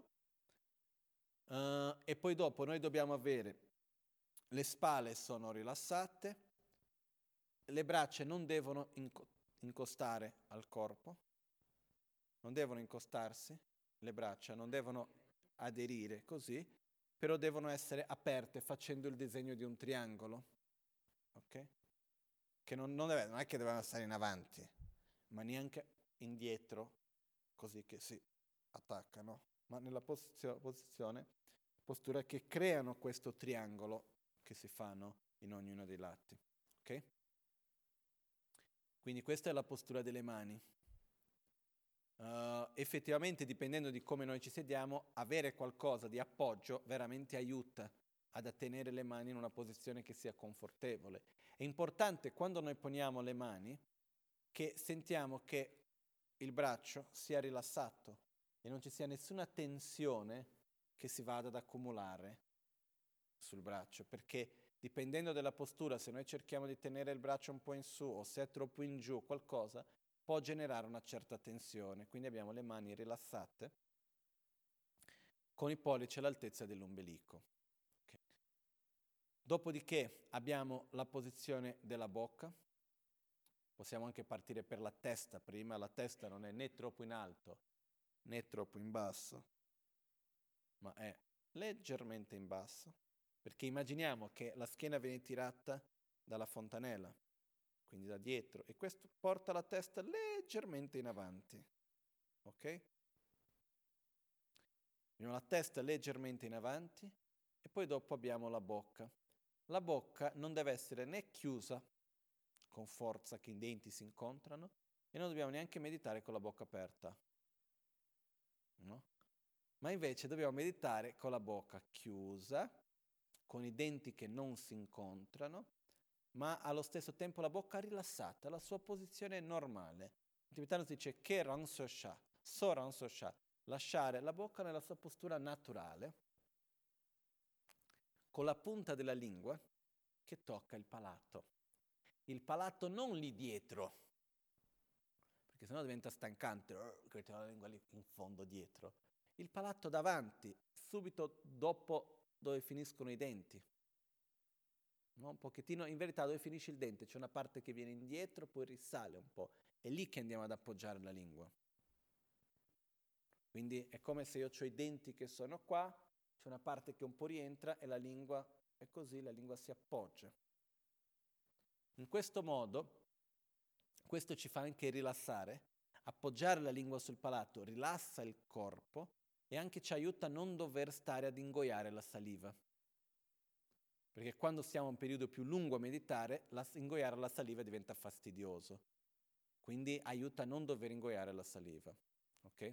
e poi dopo noi dobbiamo avere le spalle sono rilassate, le braccia non devono incostare al corpo, non devono incostarsi, le braccia non devono aderire così, però devono essere aperte facendo il disegno di un triangolo, ok? Che non è che devono stare in avanti, ma neanche indietro, così che si attaccano, ma nella postura che creano questo triangolo che si fanno in ognuno dei lati, ok? Quindi questa è la postura delle mani. Effettivamente, dipendendo di come noi ci sediamo, avere qualcosa di appoggio veramente aiuta ad tenere le mani in una posizione che sia confortevole. È importante quando noi poniamo le mani che sentiamo che il braccio sia rilassato e non ci sia nessuna tensione che si vada ad accumulare sul braccio, perché dipendendo dalla postura, se noi cerchiamo di tenere il braccio un po' in su o se è troppo in giù qualcosa, può generare una certa tensione. Quindi abbiamo le mani rilassate con i pollici all'altezza dell'ombelico. Okay. Dopodiché abbiamo la posizione della bocca. Possiamo anche partire per la testa prima. La testa non è né troppo in alto né troppo in basso, ma è leggermente in basso, perché immaginiamo che la schiena viene tirata dalla fontanella, quindi da dietro, e questo porta la testa leggermente in avanti, ok? Abbiamo la testa leggermente in avanti e poi dopo abbiamo la bocca. La bocca non deve essere né chiusa con forza che i denti si incontrano e non dobbiamo neanche meditare con la bocca aperta, no? Ma invece dobbiamo meditare con la bocca chiusa, con i denti che non si incontrano, ma allo stesso tempo la bocca rilassata, la sua posizione normale. In tibetano si dice Keran Sosha, Soran Sosha, lasciare la bocca nella sua postura naturale, con la punta della lingua che tocca il palato. Il palato non lì dietro, perché sennò diventa stancante, che c'è la lingua lì in fondo dietro. Il palato davanti, subito dopo dove finiscono i denti. No? Un pochettino, in verità dove finisce il dente c'è una parte che viene indietro, poi risale un po'. È lì che andiamo ad appoggiare la lingua. Quindi è come se io ho i denti che sono qua, c'è una parte che un po' rientra e la lingua è così, la lingua si appoggia. In questo modo, questo ci fa anche rilassare, appoggiare la lingua sul palato rilassa il corpo e anche ci aiuta a non dover stare ad ingoiare la saliva. Perché quando stiamo un periodo più lungo a meditare, ingoiare la saliva diventa fastidioso. Quindi aiuta a non dover ingoiare la saliva. Ok?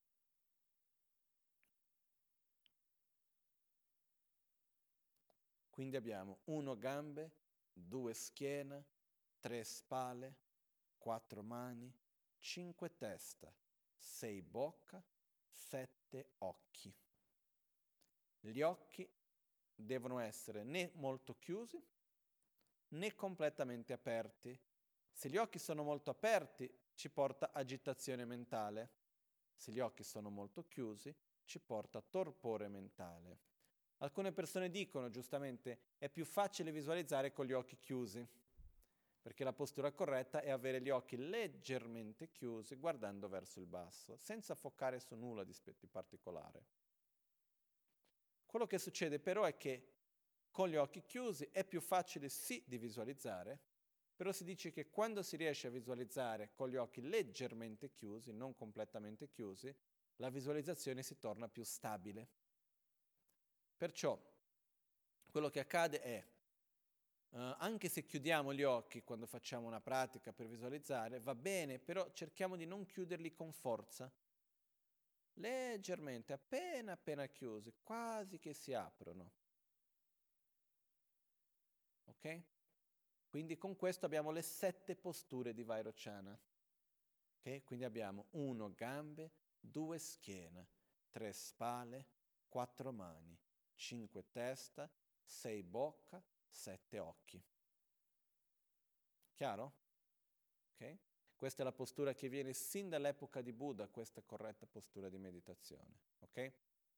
Quindi abbiamo 1 gambe, 2 schiena, 3 spalle, 4 mani, 5 testa, 6 bocca, 7 occhi. Gli occhi devono essere né molto chiusi né completamente aperti. Se gli occhi sono molto aperti ci porta agitazione mentale. Se gli occhi sono molto chiusi ci porta torpore mentale. Alcune persone dicono giustamente è più facile visualizzare con gli occhi chiusi, perché la postura corretta è avere gli occhi leggermente chiusi guardando verso il basso, senza foccare su nulla di particolare. Quello che succede però è che con gli occhi chiusi è più facile sì di visualizzare, Però si dice che quando si riesce a visualizzare con gli occhi leggermente chiusi, non completamente chiusi, la visualizzazione si torna più stabile. Perciò quello che accade è, anche se chiudiamo gli occhi quando facciamo una pratica per visualizzare, va bene, però cerchiamo di non chiuderli con forza. Leggermente, appena chiusi, quasi che si aprono. Ok? Quindi con questo abbiamo le 7 posture di Vairochana. Okay? Quindi abbiamo 1 gambe, 2 schiena, 3 spalle, 4 mani, 5 testa, 6 bocca, 7 occhi. Chiaro? Okay? Questa è la postura che viene sin dall'epoca di Buddha, questa corretta postura di meditazione. Ok?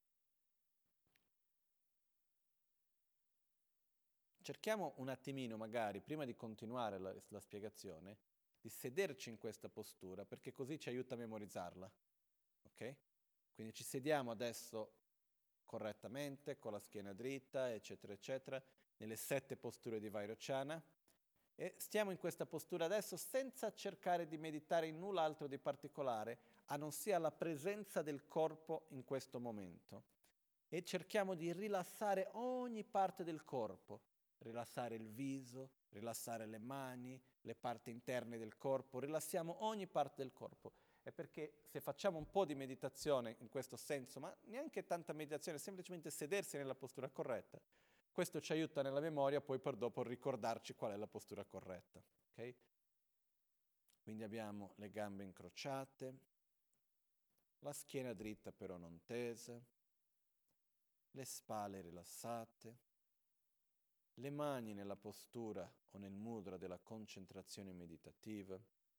Cerchiamo un attimino, magari, prima di continuare la spiegazione, di sederci in questa postura, perché così ci aiuta a memorizzarla. Ok? Quindi ci sediamo adesso correttamente, con la schiena dritta, eccetera, eccetera, nelle 7 posture di Vairochana, e stiamo in questa postura adesso senza cercare di meditare in null'altro di particolare, a non sia la presenza del corpo in questo momento. E cerchiamo di rilassare ogni parte del corpo, rilassare il viso, rilassare le mani, le parti interne del corpo, rilassiamo ogni parte del corpo. È perché se facciamo un po' di meditazione in questo senso, ma neanche tanta meditazione, semplicemente sedersi nella postura corretta, questo ci aiuta nella memoria poi per dopo ricordarci qual è la postura corretta. Okay? Quindi abbiamo le gambe incrociate, la schiena dritta però non tesa, le spalle rilassate, le mani nella postura o nel mudra della concentrazione meditativa,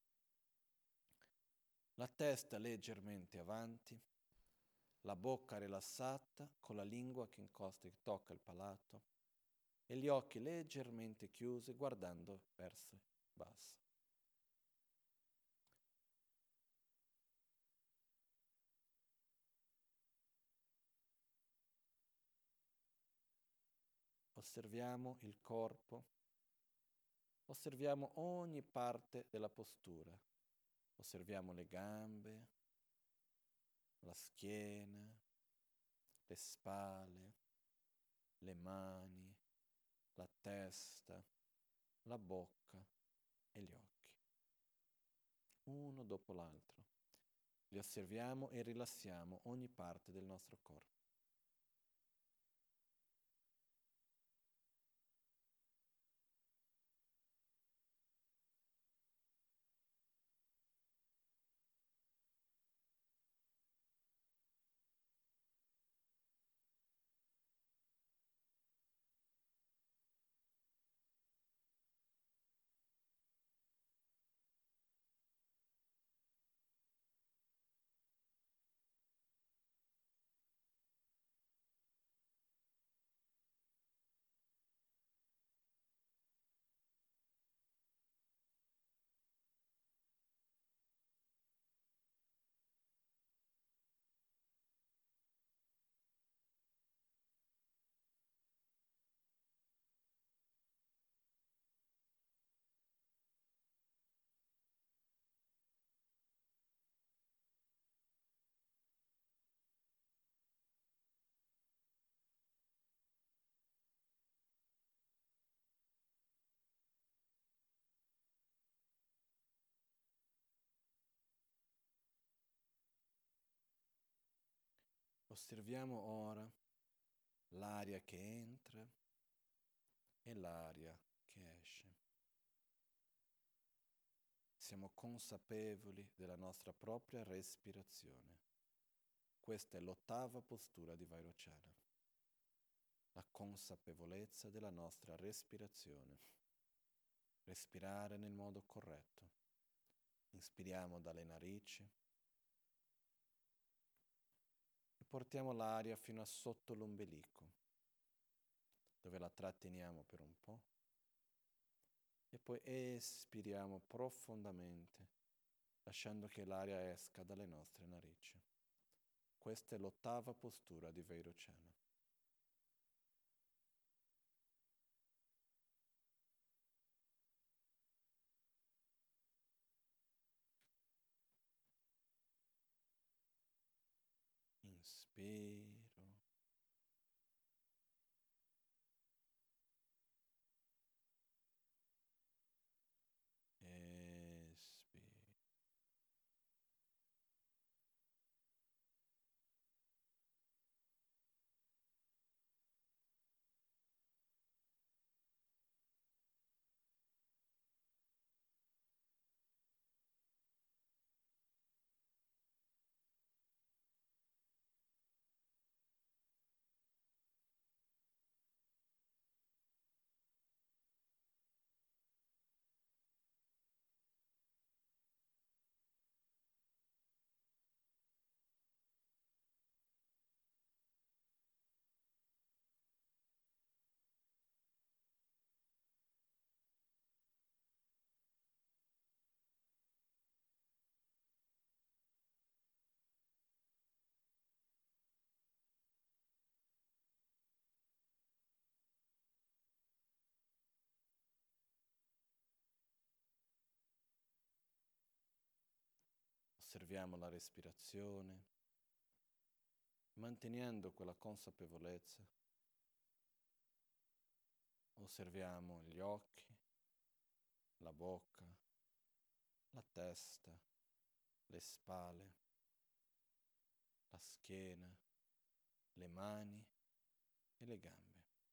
la testa leggermente avanti, la bocca rilassata con la lingua che incosta e tocca il palato e gli occhi leggermente chiusi guardando verso il basso. Osserviamo il corpo, osserviamo ogni parte della postura, osserviamo le gambe, la schiena, le spalle, le mani, la testa, la bocca e gli occhi. Uno dopo l'altro. Li osserviamo e rilassiamo ogni parte del nostro corpo. Osserviamo ora l'aria che entra e l'aria che esce. Siamo consapevoli della nostra propria respirazione. Questa è l'8ª postura di Vairochana. La consapevolezza della nostra respirazione. Respirare nel modo corretto. Inspiriamo dalle narici e portiamo l'aria fino a sotto l'ombelico, dove la tratteniamo per un po' e poi espiriamo profondamente, lasciando che l'aria esca dalle nostre narici. Questa è l'8ª postura di Vairochana. inspiro. Espiro. Osserviamo la respirazione, mantenendo quella consapevolezza. Osserviamo gli occhi, la bocca, la testa, le spalle, la schiena, le mani e le gambe.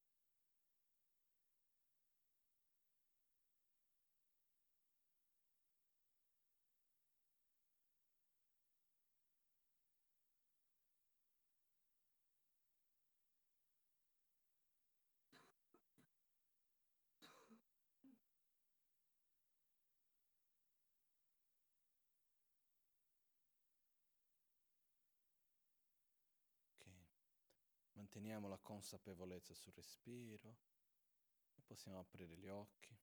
Manteniamo la consapevolezza sul respiro e possiamo aprire gli occhi.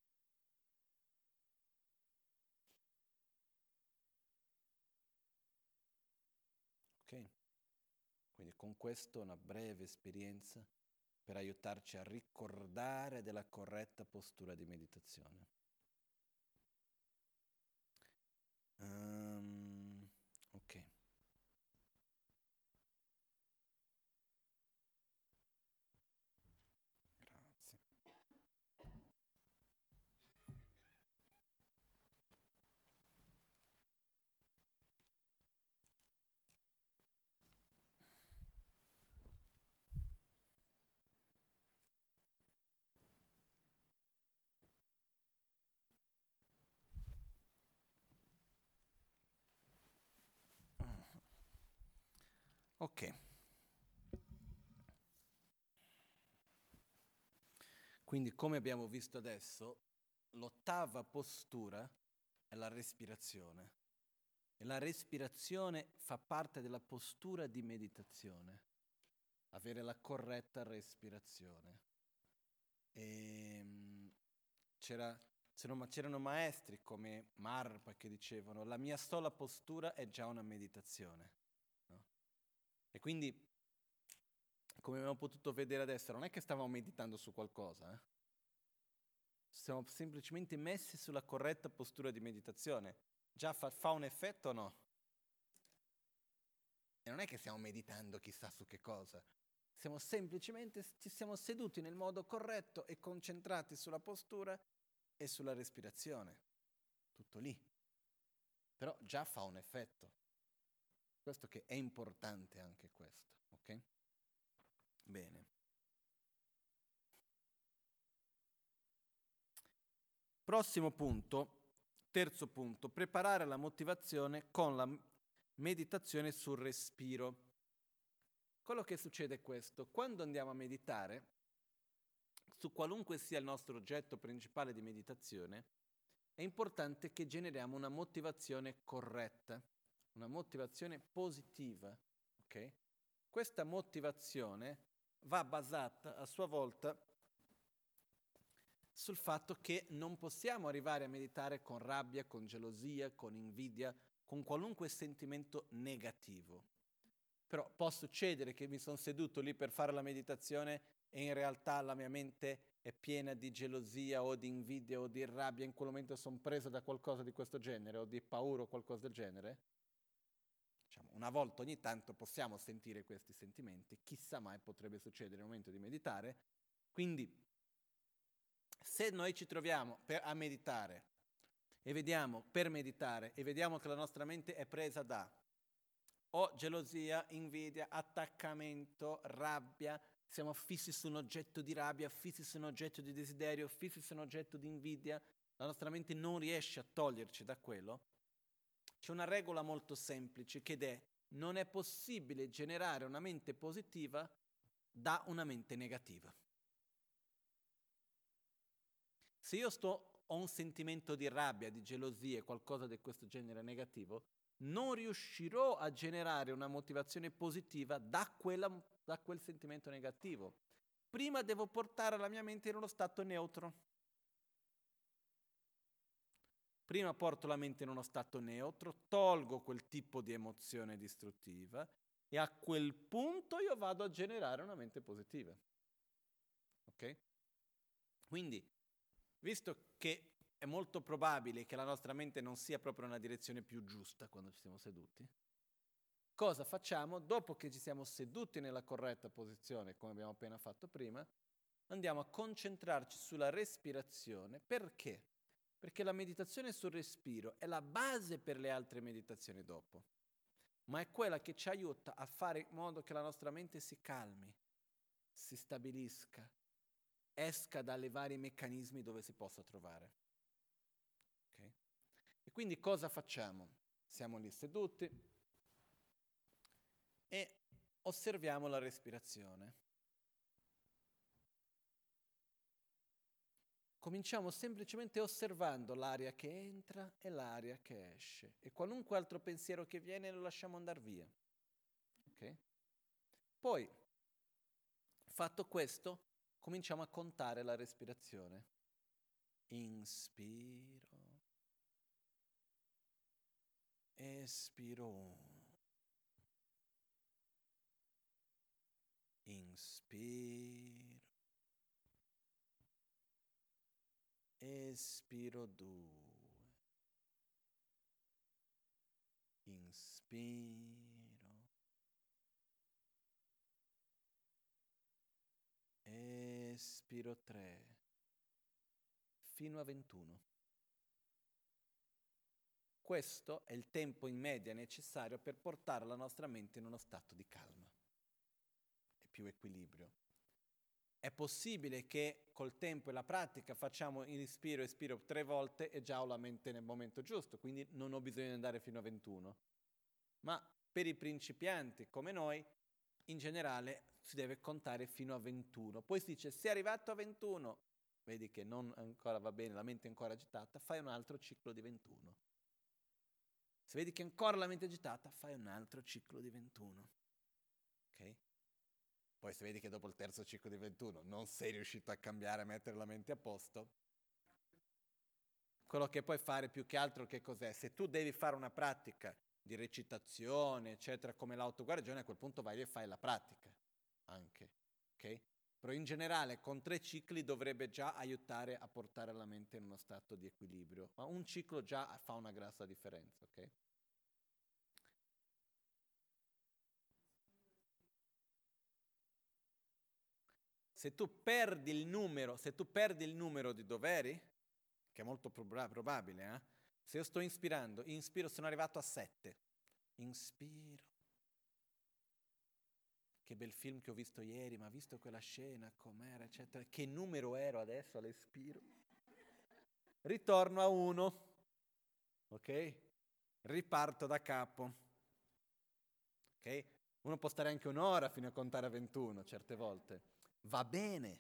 Ok? Quindi con questo una breve esperienza per aiutarci a ricordare della corretta postura di meditazione. Ok. Ok. Quindi, come abbiamo visto adesso, l'ottava postura è la respirazione. E la respirazione fa parte della postura di meditazione. Avere la corretta respirazione. C'erano maestri come Marpa che dicevano: la mia sola postura è già una meditazione. No? E quindi, come abbiamo potuto vedere adesso, non è che stavamo meditando su qualcosa, siamo semplicemente messi sulla corretta postura di meditazione. Già fa un effetto o no? E non è che stiamo meditando chissà su che cosa. Ci siamo seduti nel modo corretto e concentrati sulla postura e sulla respirazione. Tutto lì. Però già fa un effetto. Questo che è importante anche questo, ok? Bene. Prossimo punto, terzo punto, preparare la motivazione con la meditazione sul respiro. Quello che succede è questo: quando andiamo a meditare, su qualunque sia il nostro oggetto principale di meditazione, è importante che generiamo una motivazione corretta, una motivazione positiva, ok? Questa motivazione va basata a sua volta sul fatto che non possiamo arrivare a meditare con rabbia, con gelosia, con invidia, con qualunque sentimento negativo. Però può succedere che mi sono seduto lì per fare la meditazione e in realtà la mia mente è piena di gelosia o di invidia o di rabbia, in quel momento sono preso da qualcosa di questo genere o di paura o qualcosa del genere. Diciamo, una volta ogni tanto possiamo sentire questi sentimenti, chissà mai potrebbe succedere nel momento di meditare. Quindi se noi ci troviamo a meditare e vediamo che la nostra mente è presa da o gelosia, invidia, attaccamento, rabbia, siamo fissi su un oggetto di rabbia, fissi su un oggetto di desiderio, fissi su un oggetto di invidia, la nostra mente non riesce a toglierci da quello, c'è una regola molto semplice che è: non è possibile generare una mente positiva da una mente negativa. Se io ho un sentimento di rabbia, di gelosia, qualcosa di questo genere negativo, non riuscirò a generare una motivazione positiva da quel sentimento negativo. Prima devo portare la mia mente in uno stato neutro. Prima porto la mente in uno stato neutro, tolgo quel tipo di emozione distruttiva e a quel punto io vado a generare una mente positiva. Ok? Quindi, visto che è molto probabile che la nostra mente non sia proprio nella direzione più giusta quando ci siamo seduti, cosa facciamo? Dopo che ci siamo seduti nella corretta posizione, come abbiamo appena fatto prima, andiamo a concentrarci sulla respirazione. Perché? Perché la meditazione sul respiro è la base per le altre meditazioni dopo, ma è quella che ci aiuta a fare in modo che la nostra mente si calmi, si stabilisca, esca dalle vari meccanismi dove si possa trovare. Okay? E quindi cosa facciamo? Siamo lì seduti e osserviamo la respirazione. Cominciamo semplicemente osservando l'aria che entra e l'aria che esce e qualunque altro pensiero che viene lo lasciamo andare via. Okay? Poi, fatto questo, cominciamo a contare la respirazione. Inspiro, espiro, inspiro, espiro 2, inspiro, espiro 3, fino a 21. Questo è il tempo in media necessario per portare la nostra mente in uno stato di calma e più equilibrio. È possibile che col tempo e la pratica facciamo inspiro e espiro 3 volte e già ho la mente nel momento giusto, quindi non ho bisogno di andare fino a 21. Ma per i principianti come noi, in generale si deve contare fino a 21. Poi si dice: sei arrivato a 21, vedi che non ancora va bene, la mente è ancora agitata, fai un altro ciclo di 21. Se vedi che ancora la mente è agitata, fai un altro ciclo di 21. Ok? Poi se vedi che dopo il terzo ciclo di 21 non sei riuscito a cambiare, a mettere la mente a posto, quello che puoi fare più che altro che cos'è? Se tu devi fare una pratica di recitazione, eccetera, come l'autoguarigione, a quel punto vai e fai la pratica anche, ok? Però in generale con 3 cicli dovrebbe già aiutare a portare la mente in uno stato di equilibrio, ma un ciclo già fa una grossa differenza, ok? Se tu perdi il numero di doveri, che è molto probabile, se io sto inspiro, sono arrivato a 7, inspiro, che bel film che ho visto ieri, ma visto quella scena, com'era, eccetera, che numero ero adesso all'espiro? Ritorno a 1, ok? Riparto da capo, ok? Uno può stare anche un'ora fino a contare a 21, certe volte. Va bene,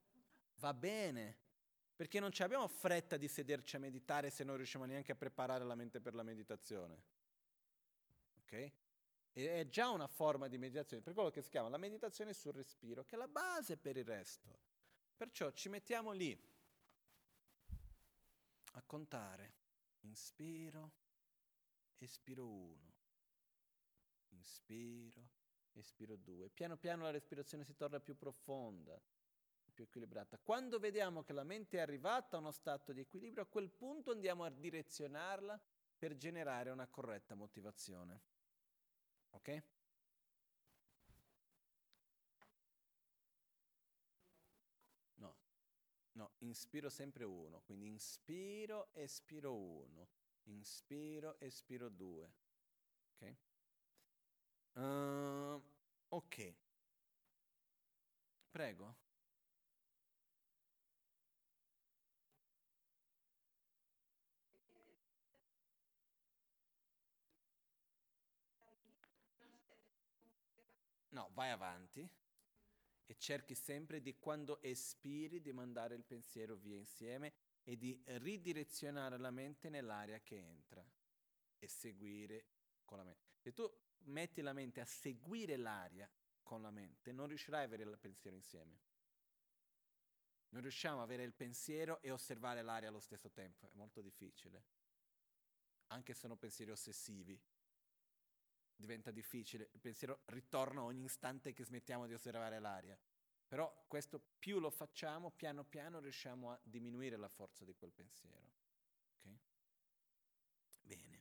perché non abbiamo fretta di sederci a meditare se non riusciamo neanche a preparare la mente per la meditazione. Ok? E è già una forma di meditazione, per quello che si chiama la meditazione sul respiro, che è la base per il resto. Perciò ci mettiamo lì a contare. Inspiro, espiro 1. Inspiro, espiro 2. Piano piano la respirazione si torna più profonda, più equilibrata. Quando vediamo che la mente è arrivata a uno stato di equilibrio, a quel punto andiamo a direzionarla per generare una corretta motivazione. ok? No, inspiro sempre 1, quindi inspiro, espiro 1, inspiro, espiro 2, ok? Ok, prego. No, vai avanti e cerchi sempre di, quando espiri, di mandare il pensiero via insieme e di ridirezionare la mente nell'area che entra e seguire con la mente. Se tu metti la mente a seguire l'aria con la mente, non riuscirai a avere il pensiero insieme. Non riusciamo a avere il pensiero e osservare l'aria allo stesso tempo, è molto difficile. Anche se sono pensieri ossessivi, diventa difficile. Il pensiero ritorna ogni istante che smettiamo di osservare l'aria. Però questo più lo facciamo, piano piano riusciamo a diminuire la forza di quel pensiero. Ok? Bene.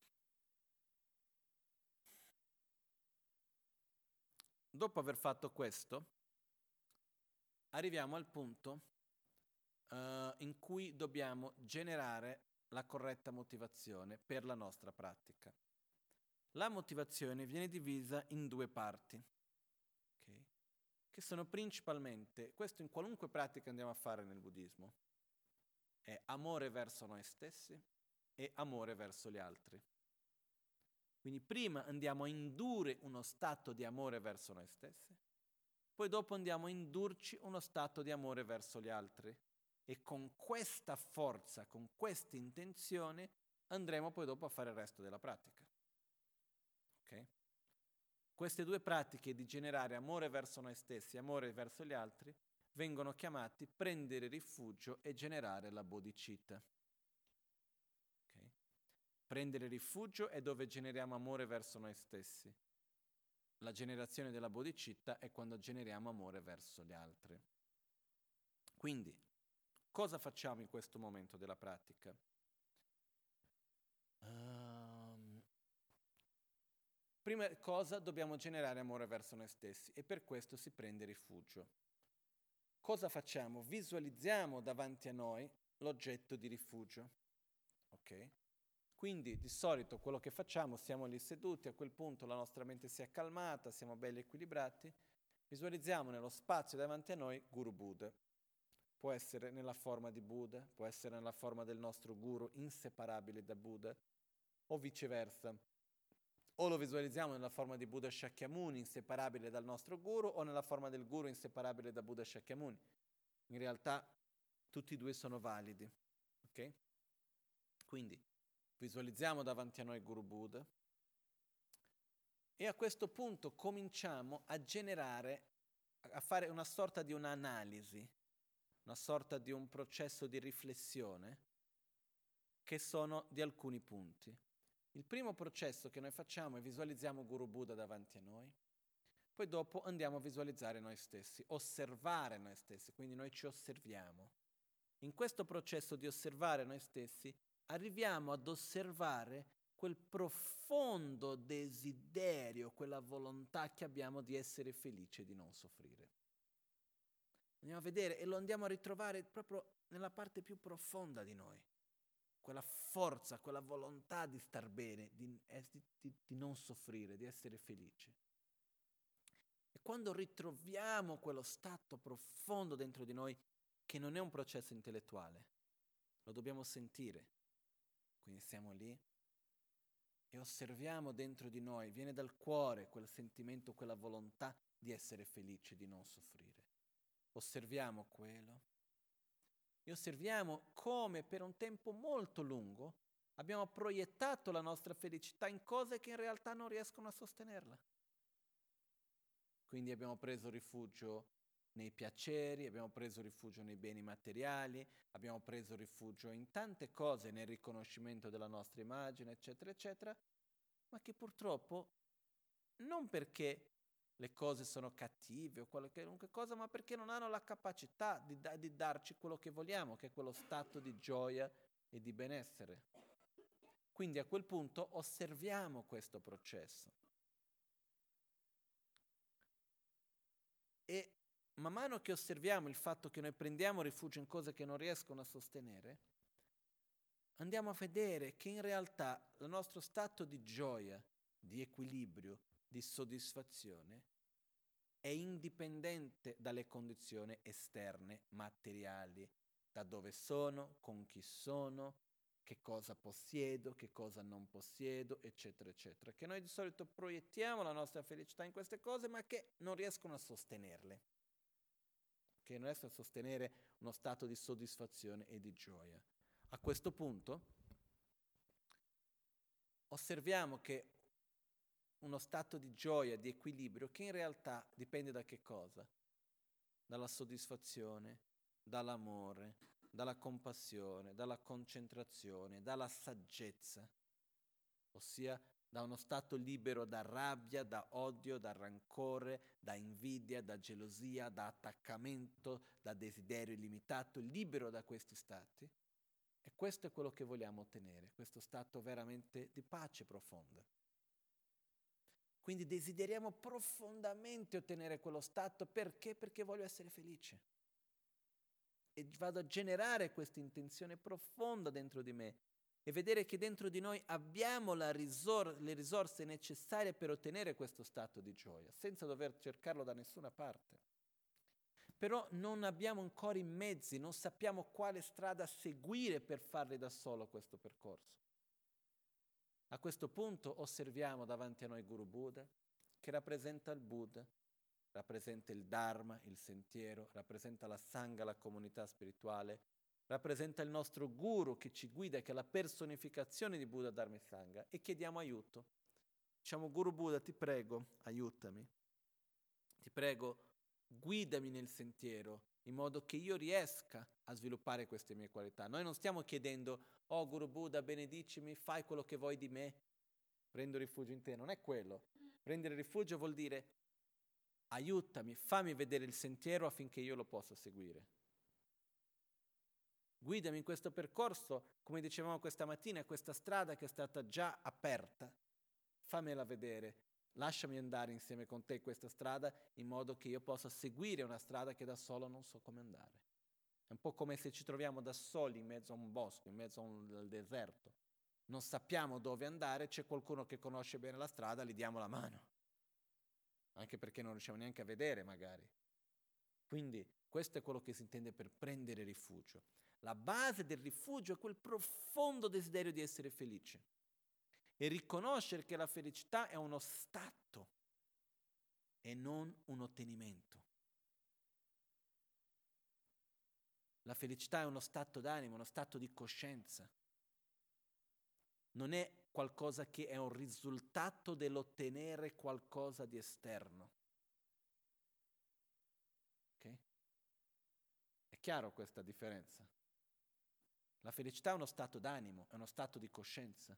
Dopo aver fatto questo, arriviamo al punto in cui dobbiamo generare la corretta motivazione per la nostra pratica. La motivazione viene divisa in 2 parti, okay? Che sono principalmente, questo in qualunque pratica andiamo a fare nel buddismo, è amore verso noi stessi e amore verso gli altri. Quindi prima andiamo a indurre uno stato di amore verso noi stessi, poi dopo andiamo a indurci uno stato di amore verso gli altri. E con questa forza, con questa intenzione, andremo poi dopo a fare il resto della pratica. Ok? Queste 2 pratiche di generare amore verso noi stessi e amore verso gli altri vengono chiamati prendere rifugio e generare la bodhicitta. Okay? Prendere rifugio è dove generiamo amore verso noi stessi. La generazione della bodhicitta è quando generiamo amore verso gli altri. Quindi, cosa facciamo in questo momento della pratica? Prima cosa dobbiamo generare amore verso noi stessi e per questo si prende rifugio. Cosa facciamo? Visualizziamo davanti a noi l'oggetto di rifugio. Ok? Quindi di solito quello che facciamo, siamo lì seduti, a quel punto la nostra mente si è calmata, siamo belli equilibrati, visualizziamo nello spazio davanti a noi Guru Buddha. Può essere nella forma di Buddha, può essere nella forma del nostro guru inseparabile da Buddha, o viceversa. O lo visualizziamo nella forma di Buddha Shakyamuni, inseparabile dal nostro guru, o nella forma del guru inseparabile da Buddha Shakyamuni. In realtà tutti e 2 sono validi. Ok? Quindi visualizziamo davanti a noi Guru Buddha e a questo punto cominciamo a generare, a fare una sorta di un'analisi, una sorta di un processo di riflessione che sono di alcuni punti. Il primo processo che noi facciamo è visualizziamo Guru Buddha davanti a noi, poi dopo andiamo a visualizzare noi stessi, osservare noi stessi, quindi noi ci osserviamo. In questo processo di osservare noi stessi arriviamo ad osservare quel profondo desiderio, quella volontà che abbiamo di essere felici e di non soffrire. Andiamo a vedere e lo andiamo a ritrovare proprio nella parte più profonda di noi. Quella forza, quella volontà di star bene, di non soffrire, di essere felici. E quando ritroviamo quello stato profondo dentro di noi, che non è un processo intellettuale, lo dobbiamo sentire. Quindi siamo lì e osserviamo dentro di noi, viene dal cuore quel sentimento, quella volontà di essere felici, di non soffrire. Osserviamo quello e osserviamo come per un tempo molto lungo abbiamo proiettato la nostra felicità in cose che in realtà non riescono a sostenerla. Quindi abbiamo preso rifugio nei piaceri, abbiamo preso rifugio nei beni materiali, abbiamo preso rifugio in tante cose, nel riconoscimento della nostra immagine, eccetera, eccetera, ma che purtroppo, non perché le cose sono cattive o qualunque cosa, ma perché non hanno la capacità di darci quello che vogliamo, che è quello stato di gioia e di benessere. Quindi a quel punto osserviamo questo processo. man mano che osserviamo il fatto che noi prendiamo rifugio in cose che non riescono a sostenere, andiamo a vedere che in realtà il nostro stato di gioia, di equilibrio, di soddisfazione è indipendente dalle condizioni esterne, materiali, da dove sono, con chi sono, che cosa possiedo, che cosa non possiedo, eccetera, eccetera. Che noi di solito proiettiamo la nostra felicità in queste cose, ma che non riescono a sostenerle, che non riescono a sostenere uno stato di soddisfazione e di gioia. A questo punto osserviamo che uno stato di gioia, di equilibrio, che in realtà dipende da che cosa? Dalla soddisfazione, dall'amore, dalla compassione, dalla concentrazione, dalla saggezza, ossia da uno stato libero da rabbia, da odio, da rancore, da invidia, da gelosia, da attaccamento, da desiderio illimitato, libero da questi stati. E questo è quello che vogliamo ottenere, questo stato veramente di pace profonda. Quindi desideriamo profondamente ottenere quello stato, perché? Perché voglio essere felice. E vado a generare questa intenzione profonda dentro di me e vedere che dentro di noi abbiamo le risorse necessarie per ottenere questo stato di gioia, senza dover cercarlo da nessuna parte. Però non abbiamo ancora i mezzi, non sappiamo quale strada seguire per farli da solo questo percorso. A questo punto osserviamo davanti a noi Guru Buddha, che rappresenta il Buddha, rappresenta il Dharma, il sentiero, rappresenta la Sangha, la comunità spirituale, rappresenta il nostro Guru che ci guida, che è la personificazione di Buddha, Dharma e Sangha, e chiediamo aiuto. Diciamo: Guru Buddha, ti prego, aiutami, ti prego, guidami nel sentiero, in modo che io riesca a sviluppare queste mie qualità. Noi non stiamo chiedendo: oh Guru Buddha, benedicimi, fai quello che vuoi di me, prendo rifugio in te. Non è quello. Prendere rifugio vuol dire: aiutami, fammi vedere il sentiero affinché io lo possa seguire. Guidami in questo percorso, come dicevamo questa mattina, questa strada che è stata già aperta, fammela vedere. Lasciami andare insieme con te questa strada in modo che io possa seguire una strada che da solo non so come andare. È un po' come se ci troviamo da soli in mezzo a un bosco, in mezzo al deserto. Non sappiamo dove andare, c'è qualcuno che conosce bene la strada, gli diamo la mano. Anche perché non riusciamo neanche a vedere magari. Quindi questo è quello che si intende per prendere rifugio. La base del rifugio è quel profondo desiderio di essere felice. E riconoscere che la felicità è uno stato e non un ottenimento. La felicità è uno stato d'animo, uno stato di coscienza. Non è qualcosa che è un risultato dell'ottenere qualcosa di esterno. Ok? È chiaro questa differenza? La felicità è uno stato d'animo, è uno stato di coscienza.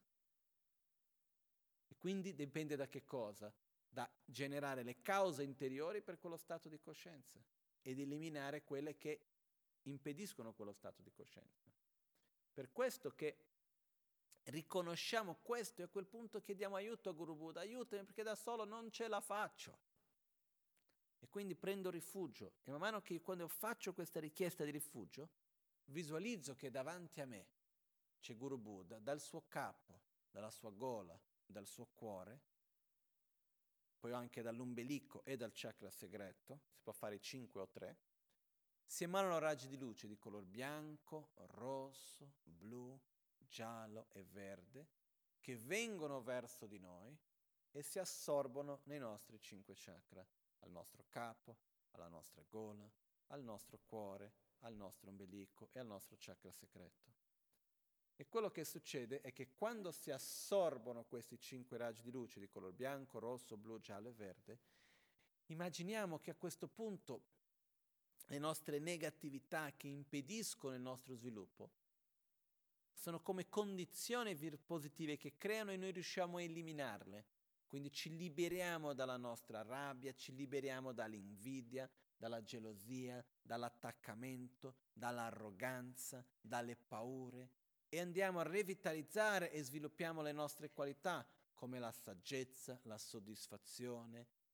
E quindi dipende da che cosa? Da generare le cause interiori per quello stato di coscienza ed eliminare quelle che impediscono quello stato di coscienza. Per questo che riconosciamo questo e a quel punto chiediamo aiuto a Guru Buddha, aiutami perché da solo non ce la faccio. E quindi prendo rifugio e man mano che quando faccio questa richiesta di rifugio visualizzo che davanti a me c'è Guru Buddha, dal suo capo, dalla sua gola, dal suo cuore, poi anche dall'ombelico e dal chakra segreto, si può fare 5 o 3, si emanano raggi di luce di color bianco, rosso, blu, giallo e verde che vengono verso di noi e si assorbono nei nostri 5 chakra, al nostro capo, alla nostra gola, al nostro cuore, al nostro ombelico e al nostro chakra segreto. E quello che succede è che quando si assorbono questi 5 raggi di luce di color bianco, rosso, blu, giallo e verde, immaginiamo che a questo punto le nostre negatività che impediscono il nostro sviluppo sono come condizioni positive che creano e noi riusciamo a eliminarle. Quindi ci liberiamo dalla nostra rabbia, ci liberiamo dall'invidia, dalla gelosia, dall'attaccamento, dall'arroganza, dalle paure e andiamo a revitalizzare e sviluppiamo le nostre qualità come la saggezza, la soddisfazione,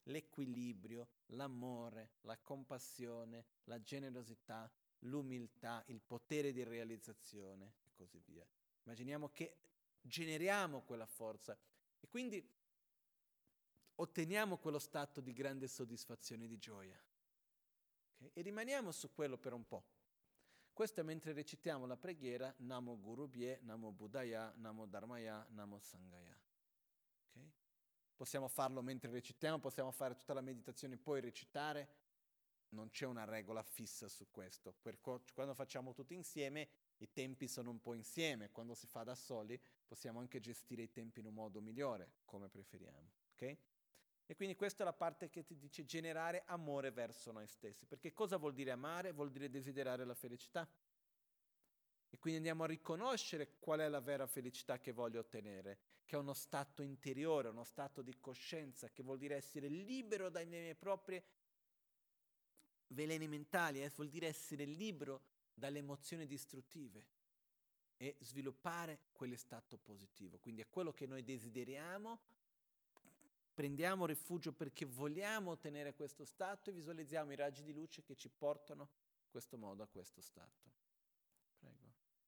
l'equilibrio, l'amore, la compassione, la generosità, l'umiltà, il potere di realizzazione e così via. Immaginiamo che generiamo quella forza e quindi otteniamo quello stato di grande soddisfazione e di gioia. Okay? E rimaniamo su quello per un po'. Questo è mentre recitiamo la preghiera Namo Gurubhye, Namo Buddhaya, Namo Dharmaya, Namo Sanghaya. Okay? Possiamo farlo mentre recitiamo, possiamo fare tutta la meditazione e poi recitare. Non c'è una regola fissa su questo. Quando facciamo tutti insieme, i tempi sono un po' insieme. Quando si fa da soli, possiamo anche gestire i tempi in un modo migliore, come preferiamo. Ok? E quindi questa è la parte che ti dice generare amore verso noi stessi. Perché cosa vuol dire amare? Vuol dire desiderare la felicità. E quindi andiamo a riconoscere qual è la vera felicità che voglio ottenere, che è uno stato interiore, uno stato di coscienza, che vuol dire essere libero dai miei propri veleni mentali, vuol dire essere libero dalle emozioni distruttive e sviluppare quell'stato positivo. Quindi è quello che noi desideriamo, prendiamo rifugio perché vogliamo ottenere questo stato e visualizziamo i raggi di luce che ci portano in questo modo a questo stato. Prego.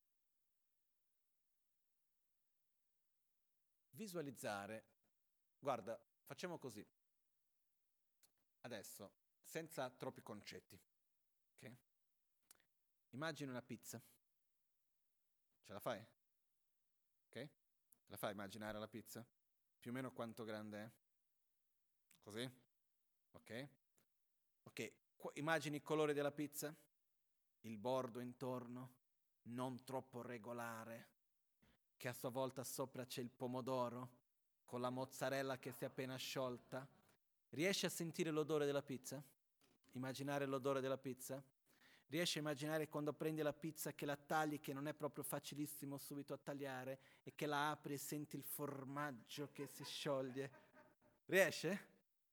Visualizzare. Guarda, facciamo così. Adesso, senza troppi concetti. Okay? Immagini una pizza. Ce la fai? Ok? Ce la fai immaginare la pizza? Più o meno quanto grande è? Così? Ok? Ok, immagini il colore della pizza? Il bordo intorno? Non troppo regolare? Che a sua volta sopra c'è il pomodoro? Con la mozzarella che si è appena sciolta? Riesci a sentire l'odore della pizza? Immaginare l'odore della pizza? Riesci a immaginare quando prendi la pizza che la tagli, che non è proprio facilissimo subito a tagliare, e che la apri e senti il formaggio che si scioglie? Riesce?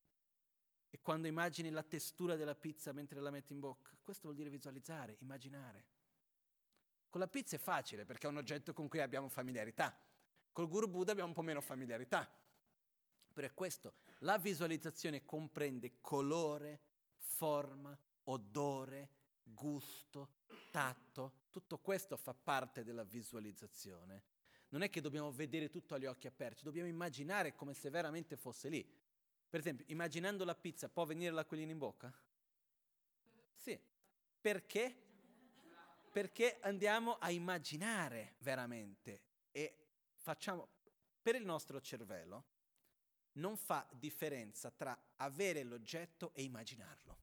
E quando immagini la testura della pizza mentre la metti in bocca? Questo vuol dire visualizzare, immaginare. Con la pizza è facile perché è un oggetto con cui abbiamo familiarità. Col Guru Buddha abbiamo un po' meno familiarità. Per questo la visualizzazione comprende colore, forma, odore, gusto, tatto. Tutto questo fa parte della visualizzazione. Non è che dobbiamo vedere tutto agli occhi aperti, dobbiamo immaginare come se veramente fosse lì. Per esempio, immaginando la pizza, può venire l'acquolina in bocca? Sì. Perché? Perché andiamo a immaginare veramente e facciamo, per il nostro cervello, non fa differenza tra avere l'oggetto e immaginarlo.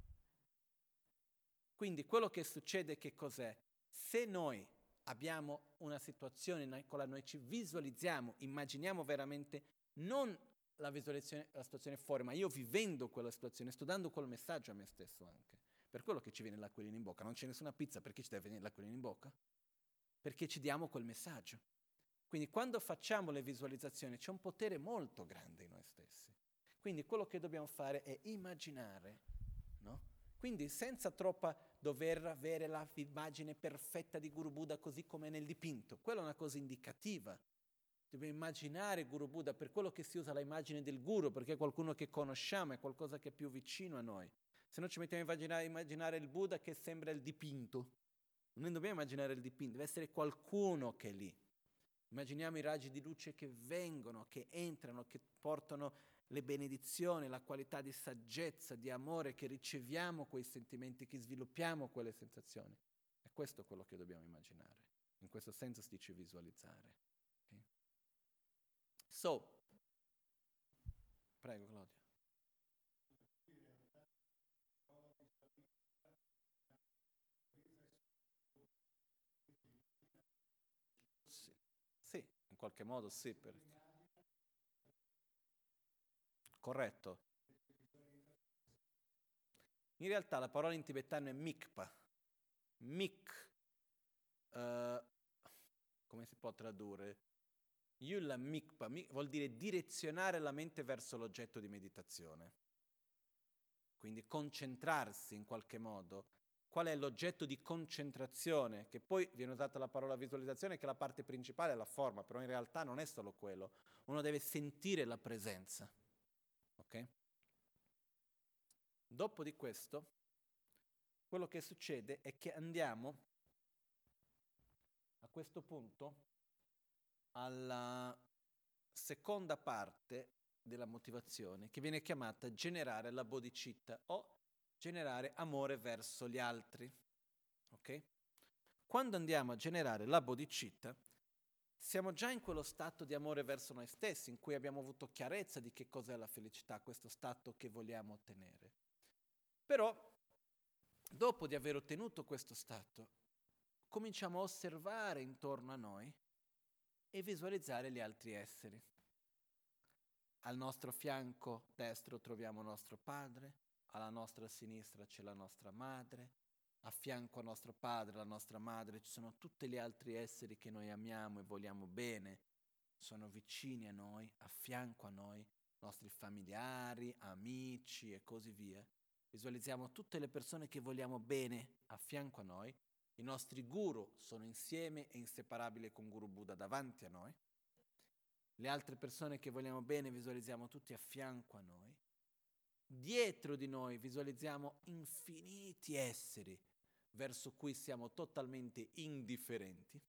Quindi quello che succede che cos'è? Se noi abbiamo una situazione nella quale noi ci visualizziamo, immaginiamo veramente non la visualizzazione, la situazione fuori, ma io vivendo quella situazione, sto dando quel messaggio a me stesso anche. Per quello che ci viene l'acquolina in bocca. Non c'è nessuna pizza, perché ci deve venire l'acquolina in bocca? Perché ci diamo quel messaggio. Quindi quando facciamo le visualizzazioni c'è un potere molto grande in noi stessi. Quindi quello che dobbiamo fare è immaginare, no? Quindi senza troppa dover avere l'immagine perfetta di Guru Buddha così come nel dipinto. Quella è una cosa indicativa. Dobbiamo immaginare Guru Buddha, per quello che si usa l'immagine del Guru, perché è qualcuno che conosciamo, è qualcosa che è più vicino a noi. Se no ci mettiamo a immaginare il Buddha che sembra il dipinto. Non dobbiamo immaginare il dipinto, deve essere qualcuno che è lì. Immaginiamo i raggi di luce che vengono, che entrano, che portano le benedizioni, la qualità di saggezza, di amore, che riceviamo quei sentimenti, che sviluppiamo quelle sensazioni. È questo quello che dobbiamo immaginare. In questo senso si dice visualizzare. Okay? So, prego Claudia. Sì, sì, in qualche modo sì. Corretto. In realtà la parola in tibetano è mikpa. Mik, come si può tradurre? Yulla mikpa vuol dire direzionare la mente verso l'oggetto di meditazione. Quindi concentrarsi in qualche modo. Qual è l'oggetto di concentrazione? Che poi viene usata la parola visualizzazione, che la parte principale è la forma, però in realtà non è solo quello. Uno deve sentire la presenza. Ok? Dopo di questo, quello che succede è che andiamo a questo punto alla seconda parte della motivazione, che viene chiamata generare la bodhicitta o generare amore verso gli altri. Ok? Quando andiamo a generare la bodhicitta, siamo già in quello stato di amore verso noi stessi, in cui abbiamo avuto chiarezza di che cos'è la felicità, questo stato che vogliamo ottenere. Però, dopo di aver ottenuto questo stato, cominciamo a osservare intorno a noi e visualizzare gli altri esseri. Al nostro fianco destro troviamo nostro padre, alla nostra sinistra c'è la nostra madre, a fianco al nostro padre, alla nostra madre ci sono tutti gli altri esseri che noi amiamo e vogliamo bene, sono vicini a noi, a fianco a noi, nostri familiari, amici e così via. Visualizziamo tutte le persone che vogliamo bene a fianco a noi, i nostri guru sono insieme e inseparabili con Guru Buddha davanti a noi, le altre persone che vogliamo bene visualizziamo tutti a fianco a noi, dietro di noi visualizziamo infiniti esseri verso cui siamo totalmente indifferenti.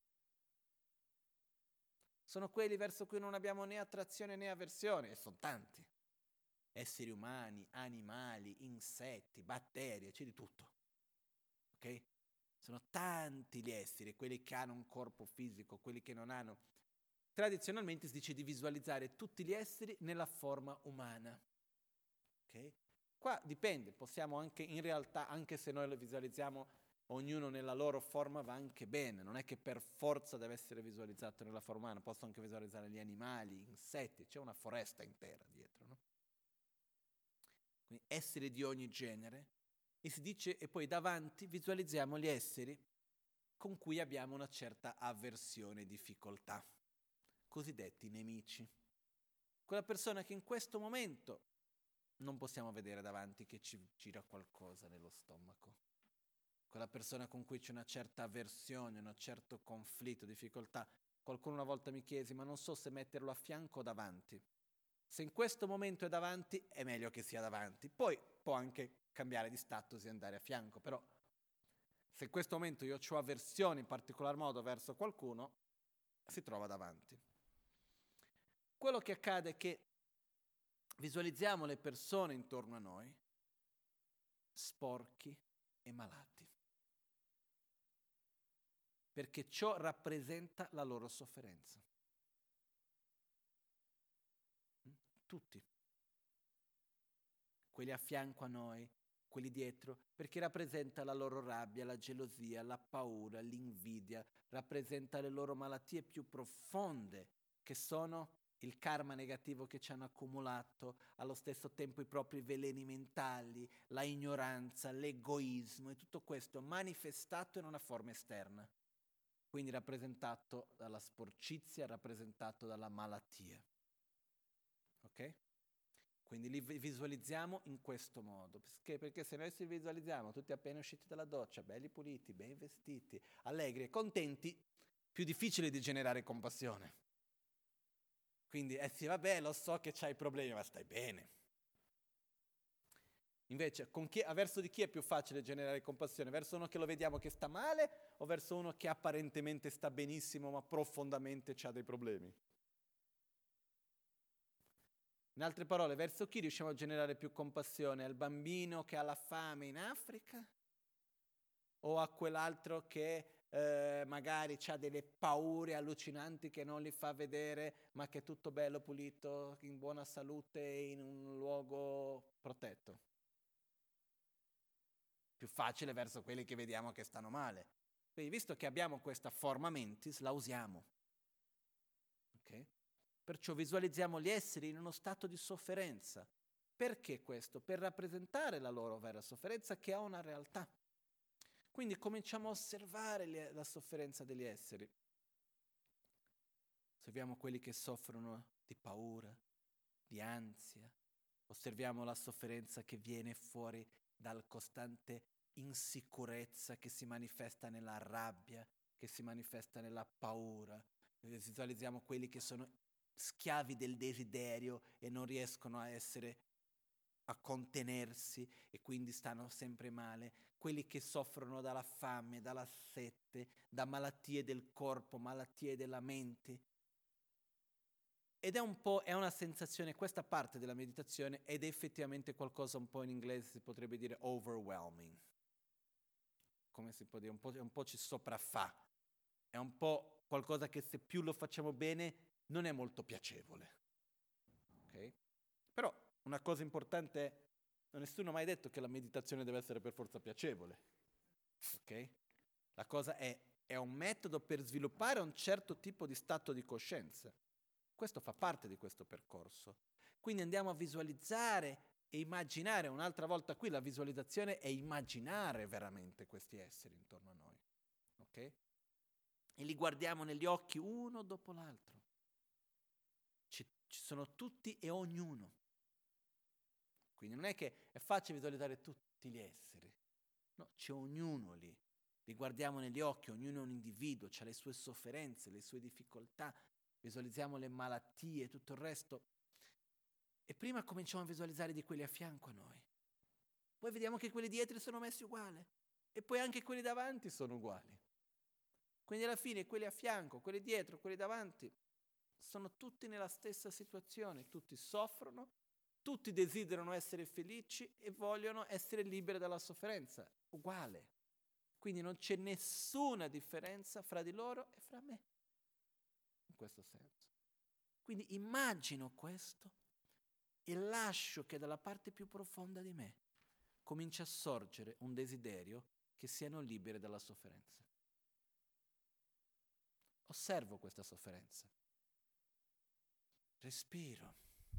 Sono quelli verso cui non abbiamo né attrazione né avversione, e sono tanti. Esseri umani, animali, insetti, batteri, c'è di tutto. Ok? Sono tanti gli esseri, quelli che hanno un corpo fisico, quelli che non hanno. Tradizionalmente si dice di visualizzare tutti gli esseri nella forma umana. Okay? Qua dipende, possiamo anche, in realtà, anche se noi lo visualizziamo ognuno nella loro forma, va anche bene, non è che per forza deve essere visualizzato nella forma umana, posso anche visualizzare gli animali, gli insetti, c'è una foresta intera dietro, no? Quindi esseri di ogni genere, e si dice, e poi davanti visualizziamo gli esseri con cui abbiamo una certa avversione e difficoltà, cosiddetti nemici. Quella persona che in questo momento non possiamo vedere davanti che ci gira qualcosa nello stomaco. Quella persona con cui c'è una certa avversione, un certo conflitto, difficoltà. Qualcuno una volta mi chiese, ma non so se metterlo a fianco o davanti. Se in questo momento è davanti, è meglio che sia davanti. Poi può anche cambiare di status e andare a fianco, però se in questo momento io ho avversione in particolar modo verso qualcuno, si trova davanti. Quello che accade è che visualizziamo le persone intorno a noi sporchi e malati, perché ciò rappresenta la loro sofferenza. Tutti. Quelli a fianco a noi, quelli dietro, perché rappresenta la loro rabbia, la gelosia, la paura, l'invidia, rappresenta le loro malattie più profonde, che sono il karma negativo che ci hanno accumulato, allo stesso tempo i propri veleni mentali, la ignoranza, l'egoismo e tutto questo manifestato in una forma esterna. Quindi rappresentato dalla sporcizia, rappresentato dalla malattia. Ok? Quindi li visualizziamo in questo modo, perché se noi ci visualizziamo tutti appena usciti dalla doccia, belli puliti, ben vestiti, allegri e contenti, più difficile di generare compassione. Quindi, sì, vabbè, lo so che c'hai problemi, ma stai bene. Invece, verso di chi è più facile generare compassione? Verso uno che lo vediamo che sta male o verso uno che apparentemente sta benissimo ma profondamente ha dei problemi? In altre parole, verso chi riusciamo a generare più compassione? Al bambino che ha la fame in Africa? O a quell'altro che magari ha delle paure allucinanti che non li fa vedere, ma che è tutto bello, pulito, in buona salute, in un luogo protetto? Più facile verso quelli che vediamo che stanno male. Quindi, visto che abbiamo questa forma mentis, la usiamo. Ok? Perciò visualizziamo gli esseri in uno stato di sofferenza. Perché questo? Per rappresentare la loro vera sofferenza che ha una realtà. Quindi cominciamo a osservare la sofferenza degli esseri. Osserviamo quelli che soffrono di paura, di ansia. Osserviamo la sofferenza che viene fuori dal costante insicurezza che si manifesta nella rabbia, che si manifesta nella paura. Visualizziamo quelli che sono schiavi del desiderio e non riescono a essere a contenersi e quindi stanno sempre male, quelli che soffrono dalla fame, dalla sete, da malattie del corpo, malattie della mente. Ed è una sensazione, questa parte della meditazione, ed è effettivamente qualcosa un po' in inglese si potrebbe dire overwhelming. Come si può dire? Un po' ci sopraffa. È un po' qualcosa che se più lo facciamo bene non è molto piacevole. Ok? Però una cosa importante è, nessuno ha mai detto che la meditazione deve essere per forza piacevole. Ok? La cosa è un metodo per sviluppare un certo tipo di stato di coscienza. Questo fa parte di questo percorso. Quindi andiamo a visualizzare e immaginare, un'altra volta qui la visualizzazione è immaginare veramente questi esseri intorno a noi. Ok? E li guardiamo negli occhi uno dopo l'altro. Ci sono tutti e ognuno. Quindi non è che è facile visualizzare tutti gli esseri. No, c'è ognuno lì. Li guardiamo negli occhi, ognuno è un individuo, ha le sue sofferenze, le sue difficoltà, visualizziamo le malattie e tutto il resto. E prima cominciamo a visualizzare di quelli a fianco a noi. Poi vediamo che quelli dietro sono messi uguali. E poi anche quelli davanti sono uguali. Quindi alla fine quelli a fianco, quelli dietro, quelli davanti, sono tutti nella stessa situazione. Tutti soffrono, tutti desiderano essere felici e vogliono essere liberi dalla sofferenza. Uguale. Quindi non c'è nessuna differenza fra di loro e fra me. In questo senso. Quindi immagino questo e lascio che dalla parte più profonda di me cominci a sorgere un desiderio che siano liberi dalla sofferenza. Osservo questa sofferenza. Respiro.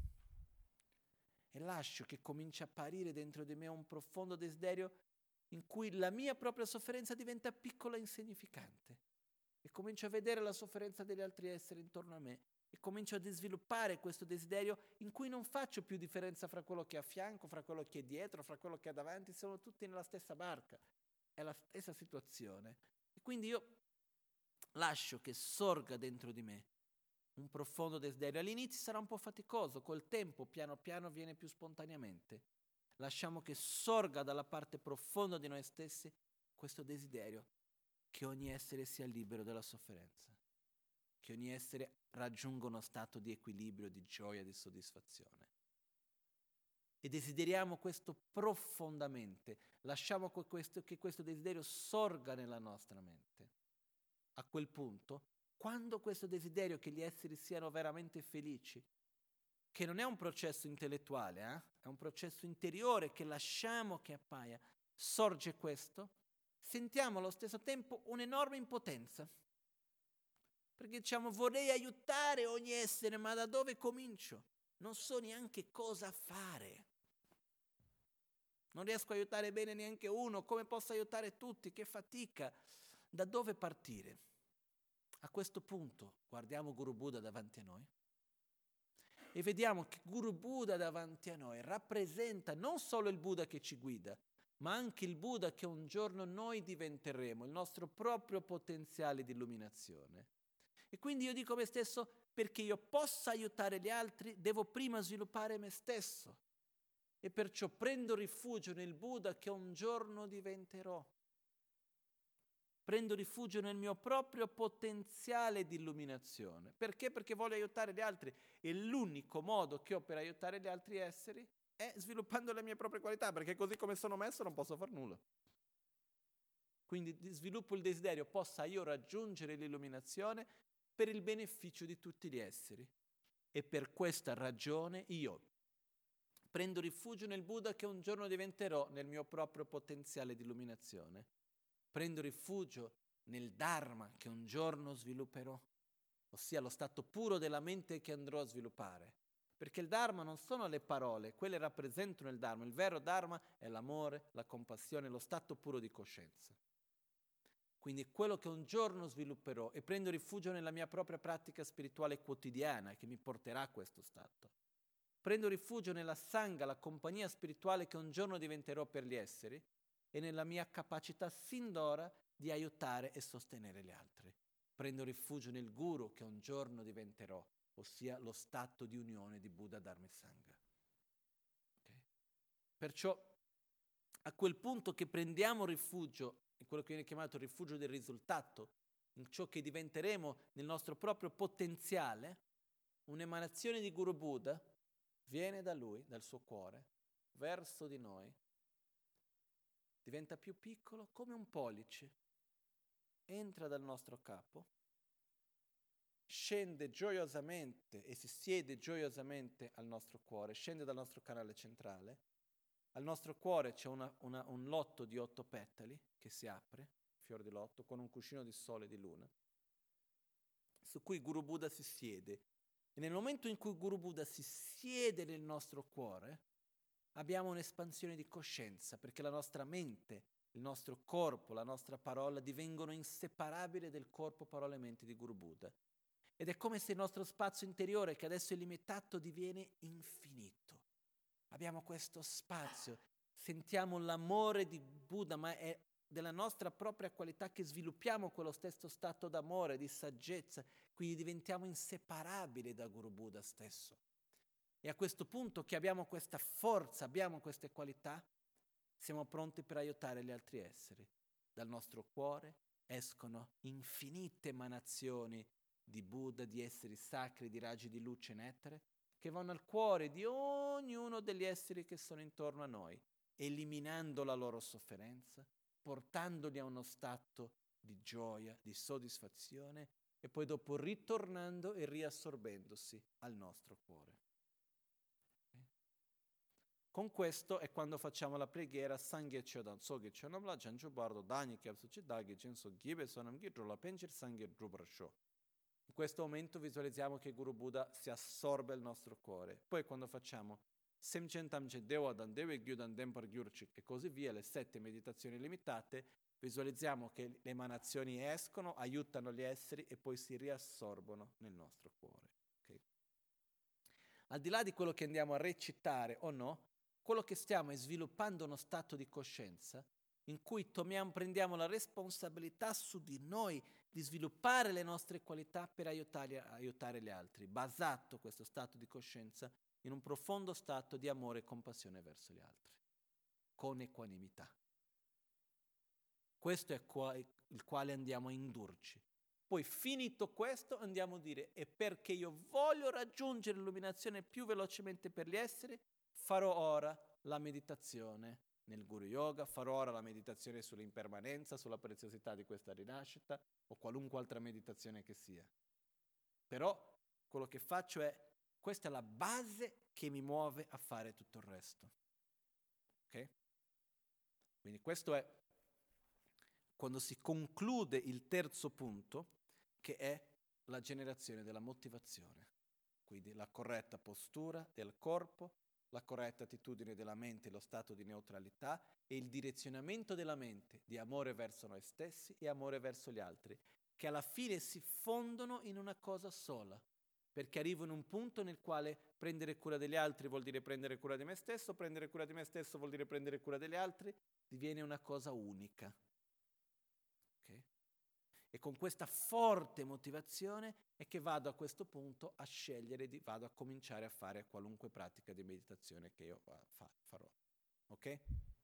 E lascio che cominci a apparire dentro di me un profondo desiderio in cui la mia propria sofferenza diventa piccola e insignificante. E comincio a vedere la sofferenza degli altri esseri intorno a me. E comincio a sviluppare questo desiderio in cui non faccio più differenza fra quello che è a fianco, fra quello che è dietro, fra quello che è davanti, siamo tutti nella stessa barca, è la stessa situazione. E quindi io lascio che sorga dentro di me un profondo desiderio. All'inizio sarà un po' faticoso, col tempo piano piano viene più spontaneamente. Lasciamo che sorga dalla parte profonda di noi stessi questo desiderio che ogni essere sia libero dalla sofferenza, che ogni essere raggiunga uno stato di equilibrio, di gioia, di soddisfazione. E desideriamo questo profondamente, lasciamo che questo desiderio sorga nella nostra mente. A quel punto, quando questo desiderio che gli esseri siano veramente felici, che non è un processo intellettuale, è un processo interiore che lasciamo che appaia, sorge questo, sentiamo allo stesso tempo un'enorme impotenza. Perché diciamo vorrei aiutare ogni essere, ma da dove comincio? Non so neanche cosa fare. Non riesco a aiutare bene neanche uno, come posso aiutare tutti? Che fatica! Da dove partire? A questo punto guardiamo Guru Buddha davanti a noi e vediamo che Guru Buddha davanti a noi rappresenta non solo il Buddha che ci guida, ma anche il Buddha che un giorno noi diventeremo, il nostro proprio potenziale di illuminazione. E quindi io dico a me stesso, perché io possa aiutare gli altri, devo prima sviluppare me stesso. E perciò prendo rifugio nel Buddha che un giorno diventerò. Prendo rifugio nel mio proprio potenziale di illuminazione. Perché? Perché voglio aiutare gli altri. E l'unico modo che ho per aiutare gli altri esseri è sviluppando le mie proprie qualità, perché così come sono messo non posso far nulla. Quindi sviluppo il desiderio, possa io raggiungere l'illuminazione per il beneficio di tutti gli esseri. E per questa ragione io prendo rifugio nel Buddha che un giorno diventerò nel mio proprio potenziale di illuminazione. Prendo rifugio nel Dharma che un giorno svilupperò, ossia lo stato puro della mente che andrò a sviluppare. Perché il Dharma non sono le parole, quelle rappresentano il Dharma. Il vero Dharma è l'amore, la compassione, lo stato puro di coscienza. Quindi è quello che un giorno svilupperò e prendo rifugio nella mia propria pratica spirituale quotidiana che mi porterà a questo stato. Prendo rifugio nella Sangha, la compagnia spirituale che un giorno diventerò per gli esseri e nella mia capacità sin d'ora di aiutare e sostenere gli altri. Prendo rifugio nel Guru che un giorno diventerò, ossia lo stato di unione di Buddha, Dharma e Sangha. Okay? Perciò a quel punto che prendiamo rifugio in quello che viene chiamato il rifugio del risultato, in ciò che diventeremo nel nostro proprio potenziale, un'emanazione di Guru Buddha viene da lui, dal suo cuore, verso di noi, diventa più piccolo come un pollice, entra dal nostro capo, scende gioiosamente e si siede gioiosamente al nostro cuore, scende dal nostro canale centrale. Al nostro cuore c'è un lotto di 8 petali che si apre, fior di lotto, con un cuscino di sole e di luna, su cui Guru Buddha si siede. E nel momento in cui Guru Buddha si siede nel nostro cuore, abbiamo un'espansione di coscienza, perché la nostra mente, il nostro corpo, la nostra parola divengono inseparabili del corpo, parola e mente di Guru Buddha. Ed è come se il nostro spazio interiore, che adesso è limitato, diviene infinito. Abbiamo questo spazio, sentiamo l'amore di Buddha, ma è della nostra propria qualità che sviluppiamo quello stesso stato d'amore, di saggezza, quindi diventiamo inseparabili da Guru Buddha stesso. E a questo punto che abbiamo questa forza, abbiamo queste qualità, siamo pronti per aiutare gli altri esseri. Dal nostro cuore escono infinite emanazioni di Buddha, di esseri sacri, di raggi di luce e nettare, che vanno al cuore di ognuno degli esseri che sono intorno a noi, eliminando la loro sofferenza, portandoli a uno stato di gioia, di soddisfazione e poi dopo ritornando e riassorbendosi al nostro cuore. Con questo è quando facciamo la preghiera Sangye Chodan Soge Chonamla Janju Bardo Dani Kyapsuchi Dagi Jinso Gibe Sonam Gidro La Penchir Sangye Drubrasho. In questo momento visualizziamo che Guru Buddha si assorbe al nostro cuore. Poi quando facciamo Semchen Tamche Dewadan Dewe Gyudan Dempar Gyurchik e così via, le 7 meditazioni limitate, visualizziamo che le emanazioni escono, aiutano gli esseri e poi si riassorbono nel nostro cuore. Okay? Al di là di quello che andiamo a recitare o no, quello che stiamo è sviluppando uno stato di coscienza in cui prendiamo la responsabilità su di noi di sviluppare le nostre qualità per aiutare gli altri, basato questo stato di coscienza in un profondo stato di amore e compassione verso gli altri, con equanimità. Questo è il quale andiamo a indurci. Poi finito questo andiamo a dire, e perché io voglio raggiungere l'illuminazione più velocemente per gli esseri, farò ora la meditazione nel Guru Yoga, farò ora la meditazione sull'impermanenza, sulla preziosità di questa rinascita o qualunque altra meditazione che sia. Però quello che faccio è, questa è la base che mi muove a fare tutto il resto. Ok? Quindi questo è quando si conclude il terzo punto, che è la generazione della motivazione. Quindi la corretta postura del corpo, la corretta attitudine della mente, lo stato di neutralità e il direzionamento della mente di amore verso noi stessi e amore verso gli altri, che alla fine si fondono in una cosa sola, perché arrivo in un punto nel quale prendere cura degli altri vuol dire prendere cura di me stesso, prendere cura di me stesso vuol dire prendere cura degli altri, diviene una cosa unica. Okay? E con questa forte motivazione è che vado a questo punto a scegliere, vado a cominciare a fare qualunque pratica di meditazione che io farò. Ok?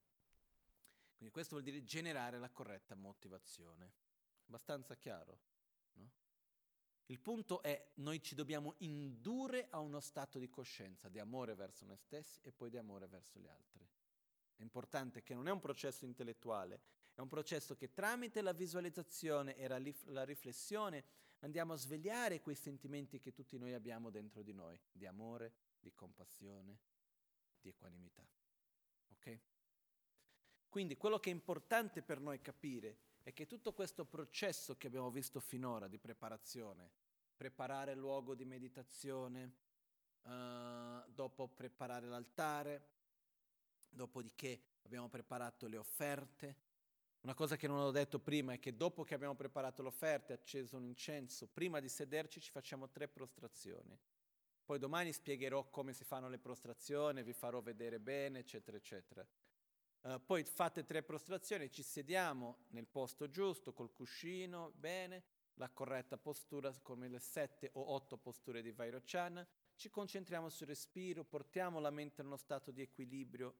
Quindi questo vuol dire generare la corretta motivazione. Abbastanza chiaro? No? Il punto è, noi ci dobbiamo indurre a uno stato di coscienza, di amore verso noi stessi e poi di amore verso gli altri. È importante che non è un processo intellettuale, è un processo che tramite la visualizzazione e la riflessione andiamo a svegliare quei sentimenti che tutti noi abbiamo dentro di noi, di amore, di compassione, di equanimità. Ok? Quindi quello che è importante per noi capire è che tutto questo processo che abbiamo visto finora di preparazione, preparare il luogo di meditazione, dopo preparare l'altare, dopodiché abbiamo preparato le offerte. Una cosa che non ho detto prima è che dopo che abbiamo preparato le offerte, acceso un incenso, prima di sederci ci facciamo 3 prostrazioni. Poi domani spiegherò come si fanno le prostrazioni, vi farò vedere bene, eccetera, eccetera. Poi fate 3 prostrazioni, ci sediamo nel posto giusto, col cuscino, bene, la corretta postura, come le 7 o 8 posture di Vairochana, ci concentriamo sul respiro, portiamo la mente in uno stato di equilibrio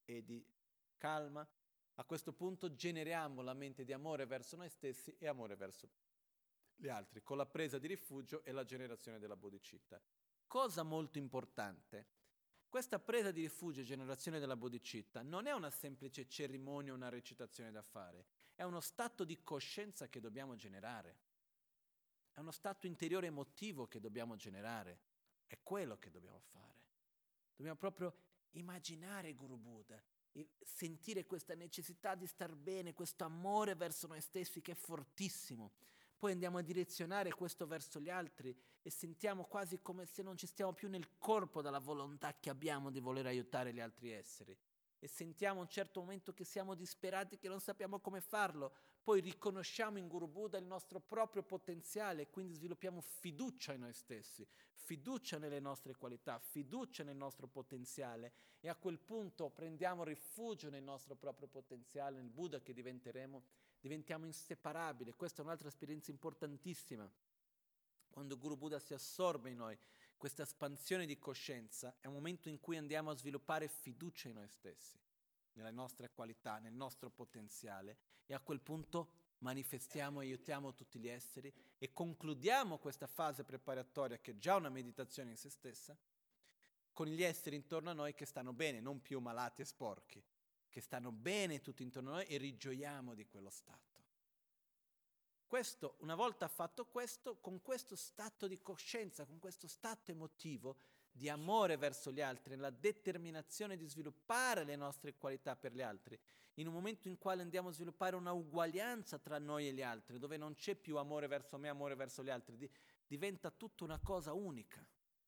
e di calma. A questo punto generiamo la mente di amore verso noi stessi e amore verso gli altri, con la presa di rifugio e la generazione della bodhicitta. Cosa molto importante, questa presa di rifugio e generazione della bodhicitta non è una semplice cerimonia o una recitazione da fare, è uno stato di coscienza che dobbiamo generare, è uno stato interiore emotivo che dobbiamo generare, è quello che dobbiamo fare. Dobbiamo proprio immaginare Guru Buddha, sentire questa necessità di star bene, questo amore verso noi stessi che è fortissimo. Poi andiamo a direzionare questo verso gli altri e sentiamo quasi come se non ci stiamo più nel corpo dalla volontà che abbiamo di voler aiutare gli altri esseri. E sentiamo a un certo momento che siamo disperati, che non sappiamo come farlo. Poi riconosciamo in Guru Buddha il nostro proprio potenziale e quindi sviluppiamo fiducia in noi stessi, fiducia nelle nostre qualità, fiducia nel nostro potenziale e a quel punto prendiamo rifugio nel nostro proprio potenziale, nel Buddha che diventiamo inseparabili. Questa è un'altra esperienza importantissima. Quando Guru Buddha si assorbe in noi, questa espansione di coscienza è un momento in cui andiamo a sviluppare fiducia in noi stessi, nelle nostre qualità, nel nostro potenziale e a quel punto manifestiamo e aiutiamo tutti gli esseri e concludiamo questa fase preparatoria che è già una meditazione in se stessa con gli esseri intorno a noi che stanno bene, non più malati e sporchi, che stanno bene tutti intorno a noi e rigioiamo di quello stato. Questo, una volta fatto questo, con questo stato di coscienza, con questo stato emotivo di amore verso gli altri, nella determinazione di sviluppare le nostre qualità per gli altri, in un momento in cui andiamo a sviluppare una uguaglianza tra noi e gli altri, dove non c'è più amore verso me, amore verso gli altri, diventa tutta una cosa unica.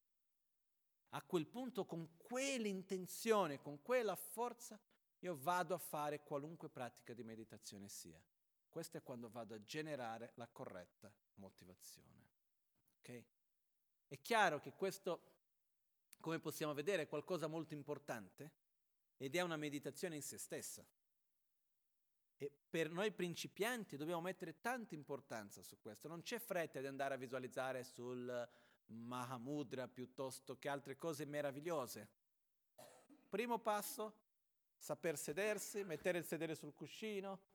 A quel punto, con quell'intenzione, con quella forza, io vado a fare qualunque pratica di meditazione sia. Questo è quando vado a generare la corretta motivazione. Okay? È chiaro che questo, come possiamo vedere, è qualcosa molto importante ed è una meditazione in se stessa. E per noi principianti dobbiamo mettere tanta importanza su questo. Non c'è fretta di andare a visualizzare sul Mahamudra piuttosto che altre cose meravigliose. Primo passo, saper sedersi, mettere il sedere sul cuscino,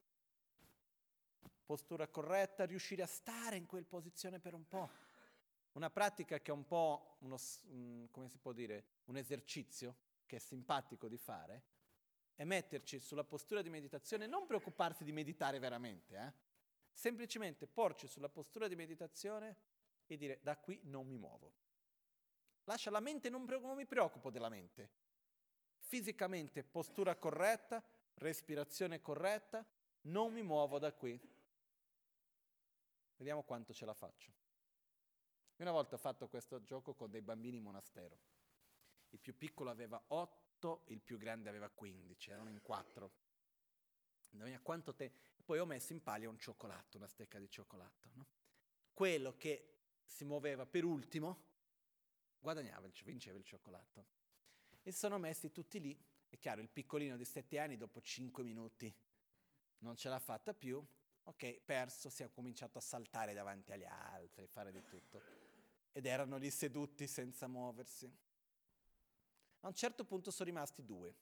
postura corretta, riuscire a stare in quella posizione per un po'. Una pratica che è un po' come si può dire, un esercizio che è simpatico di fare, è metterci sulla postura di meditazione, non preoccuparsi di meditare veramente, semplicemente porci sulla postura di meditazione e dire da qui non mi muovo. Lascia la mente, non mi preoccupo della mente. Fisicamente postura corretta, respirazione corretta, non mi muovo da qui. Vediamo quanto ce la faccio. Una volta ho fatto questo gioco con dei bambini in monastero. Il più piccolo aveva 8, il più grande aveva 15, erano in 4. Quanto poi ho messo in palio un cioccolato, una stecca di cioccolato. No? Quello che si muoveva per ultimo vinceva il cioccolato. E sono messi tutti lì. È chiaro, il piccolino di 7 anni dopo 5 minuti non ce l'ha fatta più. Ok, perso, si è cominciato a saltare davanti agli altri, fare di tutto. Ed erano lì seduti senza muoversi. A un certo punto sono rimasti 2.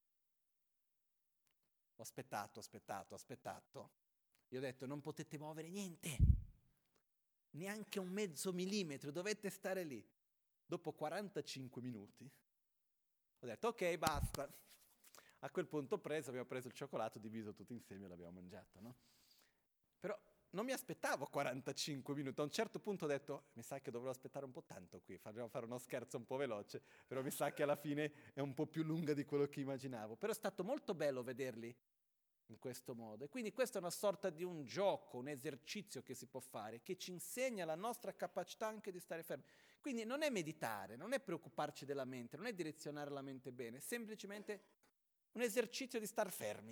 Ho aspettato. Gli ho detto, non potete muovere niente. Neanche un mezzo millimetro, dovete stare lì. Dopo 45 minuti ho detto, ok, basta. A quel punto abbiamo preso il cioccolato, diviso tutti insieme e l'abbiamo mangiato, no? Però non mi aspettavo 45 minuti. A un certo punto ho detto, mi sa che dovrò aspettare un po' tanto qui, faremo fare uno scherzo un po' veloce, però mi sa che alla fine è un po' più lunga di quello che immaginavo. Però è stato molto bello vederli in questo modo. E quindi questa è una sorta di un gioco, un esercizio che si può fare, che ci insegna la nostra capacità anche di stare fermi. Quindi non è meditare, non è preoccuparci della mente, non è direzionare la mente bene, è semplicemente un esercizio di star fermi.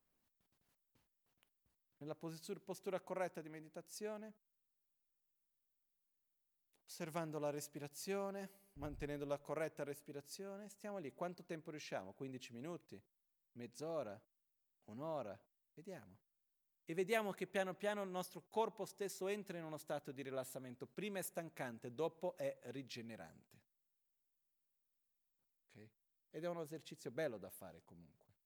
Nella postura corretta di meditazione, osservando la respirazione, mantenendo la corretta respirazione, stiamo lì. Quanto tempo riusciamo? 15 minuti? Mezz'ora? Un'ora? Vediamo. E vediamo che piano piano il nostro corpo stesso entra in uno stato di rilassamento. Prima è stancante, dopo è rigenerante. Okay? Ed è un esercizio bello da fare comunque.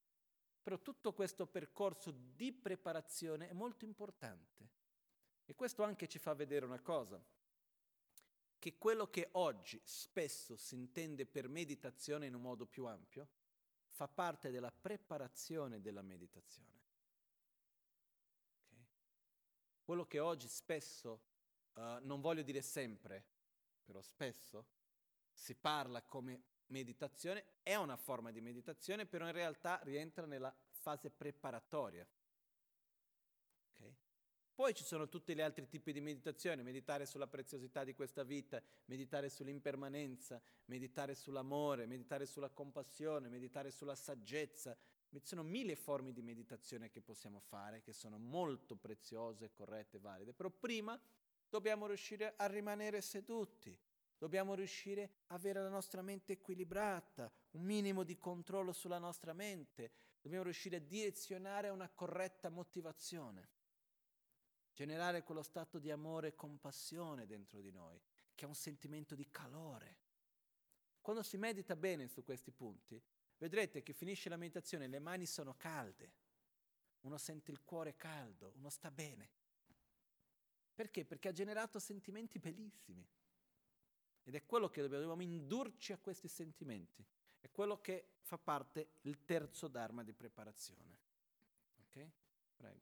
Però tutto questo percorso di preparazione è molto importante. E questo anche ci fa vedere una cosa, che quello che oggi spesso si intende per meditazione in un modo più ampio, fa parte della preparazione della meditazione. Okay? Quello che oggi spesso, non voglio dire sempre, però spesso, si parla come meditazione, è una forma di meditazione, però in realtà rientra nella fase preparatoria. Okay? Poi ci sono tutti gli altri tipi di meditazione, meditare sulla preziosità di questa vita, meditare sull'impermanenza, meditare sull'amore, meditare sulla compassione, meditare sulla saggezza. Ci sono mille forme di meditazione che possiamo fare, che sono molto preziose, corrette, valide, però prima dobbiamo riuscire a rimanere seduti, dobbiamo riuscire a avere la nostra mente equilibrata, un minimo di controllo sulla nostra mente, dobbiamo riuscire a direzionare una corretta motivazione. Generare quello stato di amore e compassione dentro di noi, che è un sentimento di calore. Quando si medita bene su questi punti, vedrete che finisce la meditazione, le mani sono calde, uno sente il cuore caldo, uno sta bene. Perché? Perché ha generato sentimenti bellissimi. Ed è quello che dobbiamo indurci a questi sentimenti. È quello che fa parte del terzo dharma di preparazione. Ok? Prego.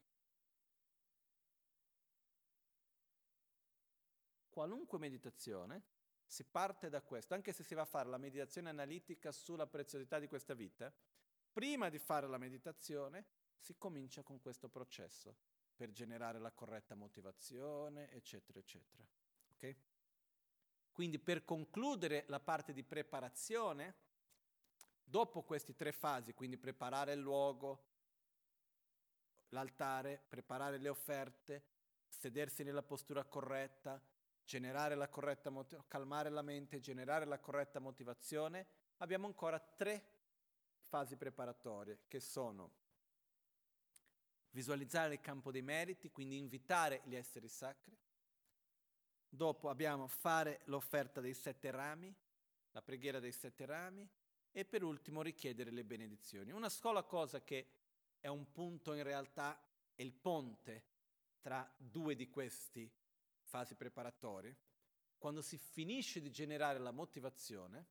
Qualunque meditazione si parte da questo, anche se si va a fare la meditazione analitica sulla preziosità di questa vita, prima di fare la meditazione si comincia con questo processo per generare la corretta motivazione, eccetera, eccetera. Okay? Quindi per concludere la parte di preparazione, dopo queste tre fasi, quindi preparare il luogo, l'altare, preparare le offerte, sedersi nella postura corretta, generare la corretta calmare la mente, generare la corretta motivazione, abbiamo ancora tre fasi preparatorie che sono visualizzare il campo dei meriti, quindi invitare gli esseri sacri. Dopo abbiamo fare l'offerta dei 7 rami, la preghiera dei 7 rami e per ultimo richiedere le benedizioni. Una sola cosa che è un punto in realtà, è il ponte tra due di questi fasi preparatorie. Quando si finisce di generare la motivazione,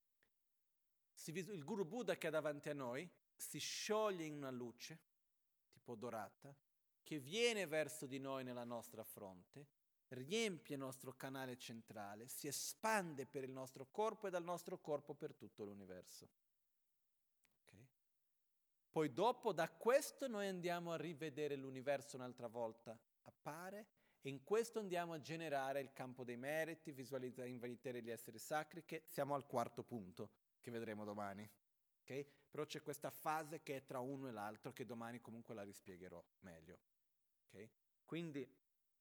il Guru Buddha che è davanti a noi si scioglie in una luce, tipo dorata, che viene verso di noi nella nostra fronte, riempie il nostro canale centrale, si espande per il nostro corpo e dal nostro corpo per tutto l'universo. Okay? Poi dopo da questo noi andiamo a rivedere l'universo un'altra volta, appare, e in questo andiamo a generare il campo dei meriti, visualizzare, invitare gli esseri sacri, che siamo al quarto punto, che vedremo domani. Okay? Però c'è questa fase che è tra uno e l'altro, che domani comunque la rispiegherò meglio. Okay? Quindi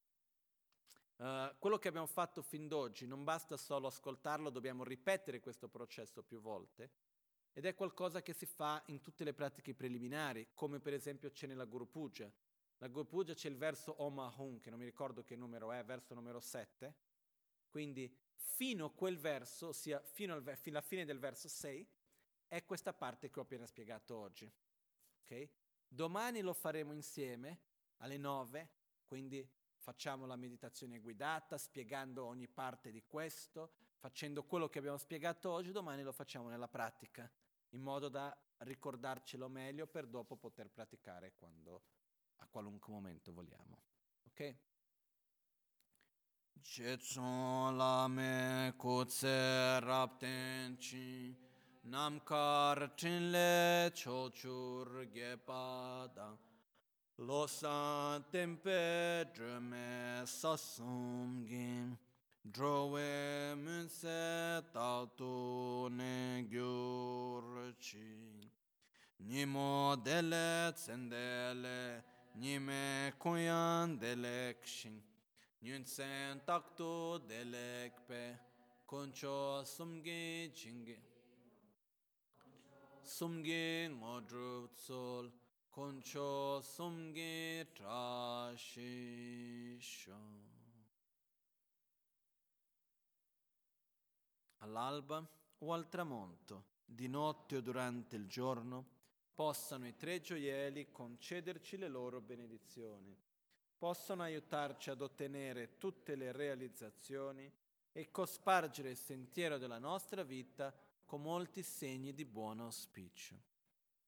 quello che abbiamo fatto fin d'oggi non basta solo ascoltarlo, dobbiamo ripetere questo processo più volte, ed è qualcosa che si fa in tutte le pratiche preliminari, come per esempio c'è nella Guru Puja. La Guru Puja c'è il verso Om Ahum, che non mi ricordo che numero è, verso numero 7, quindi fino a quel verso, ossia fino alla fine del verso 6, è questa parte che ho appena spiegato oggi. Okay? Domani lo faremo insieme alle 9, quindi facciamo la meditazione guidata, spiegando ogni parte di questo, facendo quello che abbiamo spiegato oggi, domani lo facciamo nella pratica, in modo da ricordarcelo meglio per dopo poter praticare a qualunque momento vogliamo. Ok? Jetson lame kutse raptenchi namkar chinle chochur gepada losan tempe dreme sasumgin drowe munse tatu ne gyurchi nimo dele tsendele nime kuyan dele kshin Nyunsen takto delekpe koncho sumge chinge sumge ngodrup sol koncho sumge trashisho. All'alba o al tramonto, di notte o durante il giorno, possano i tre gioielli concederci le loro benedizioni, possano aiutarci ad ottenere tutte le realizzazioni e cospargere il sentiero della nostra vita con molti segni di buon auspicio.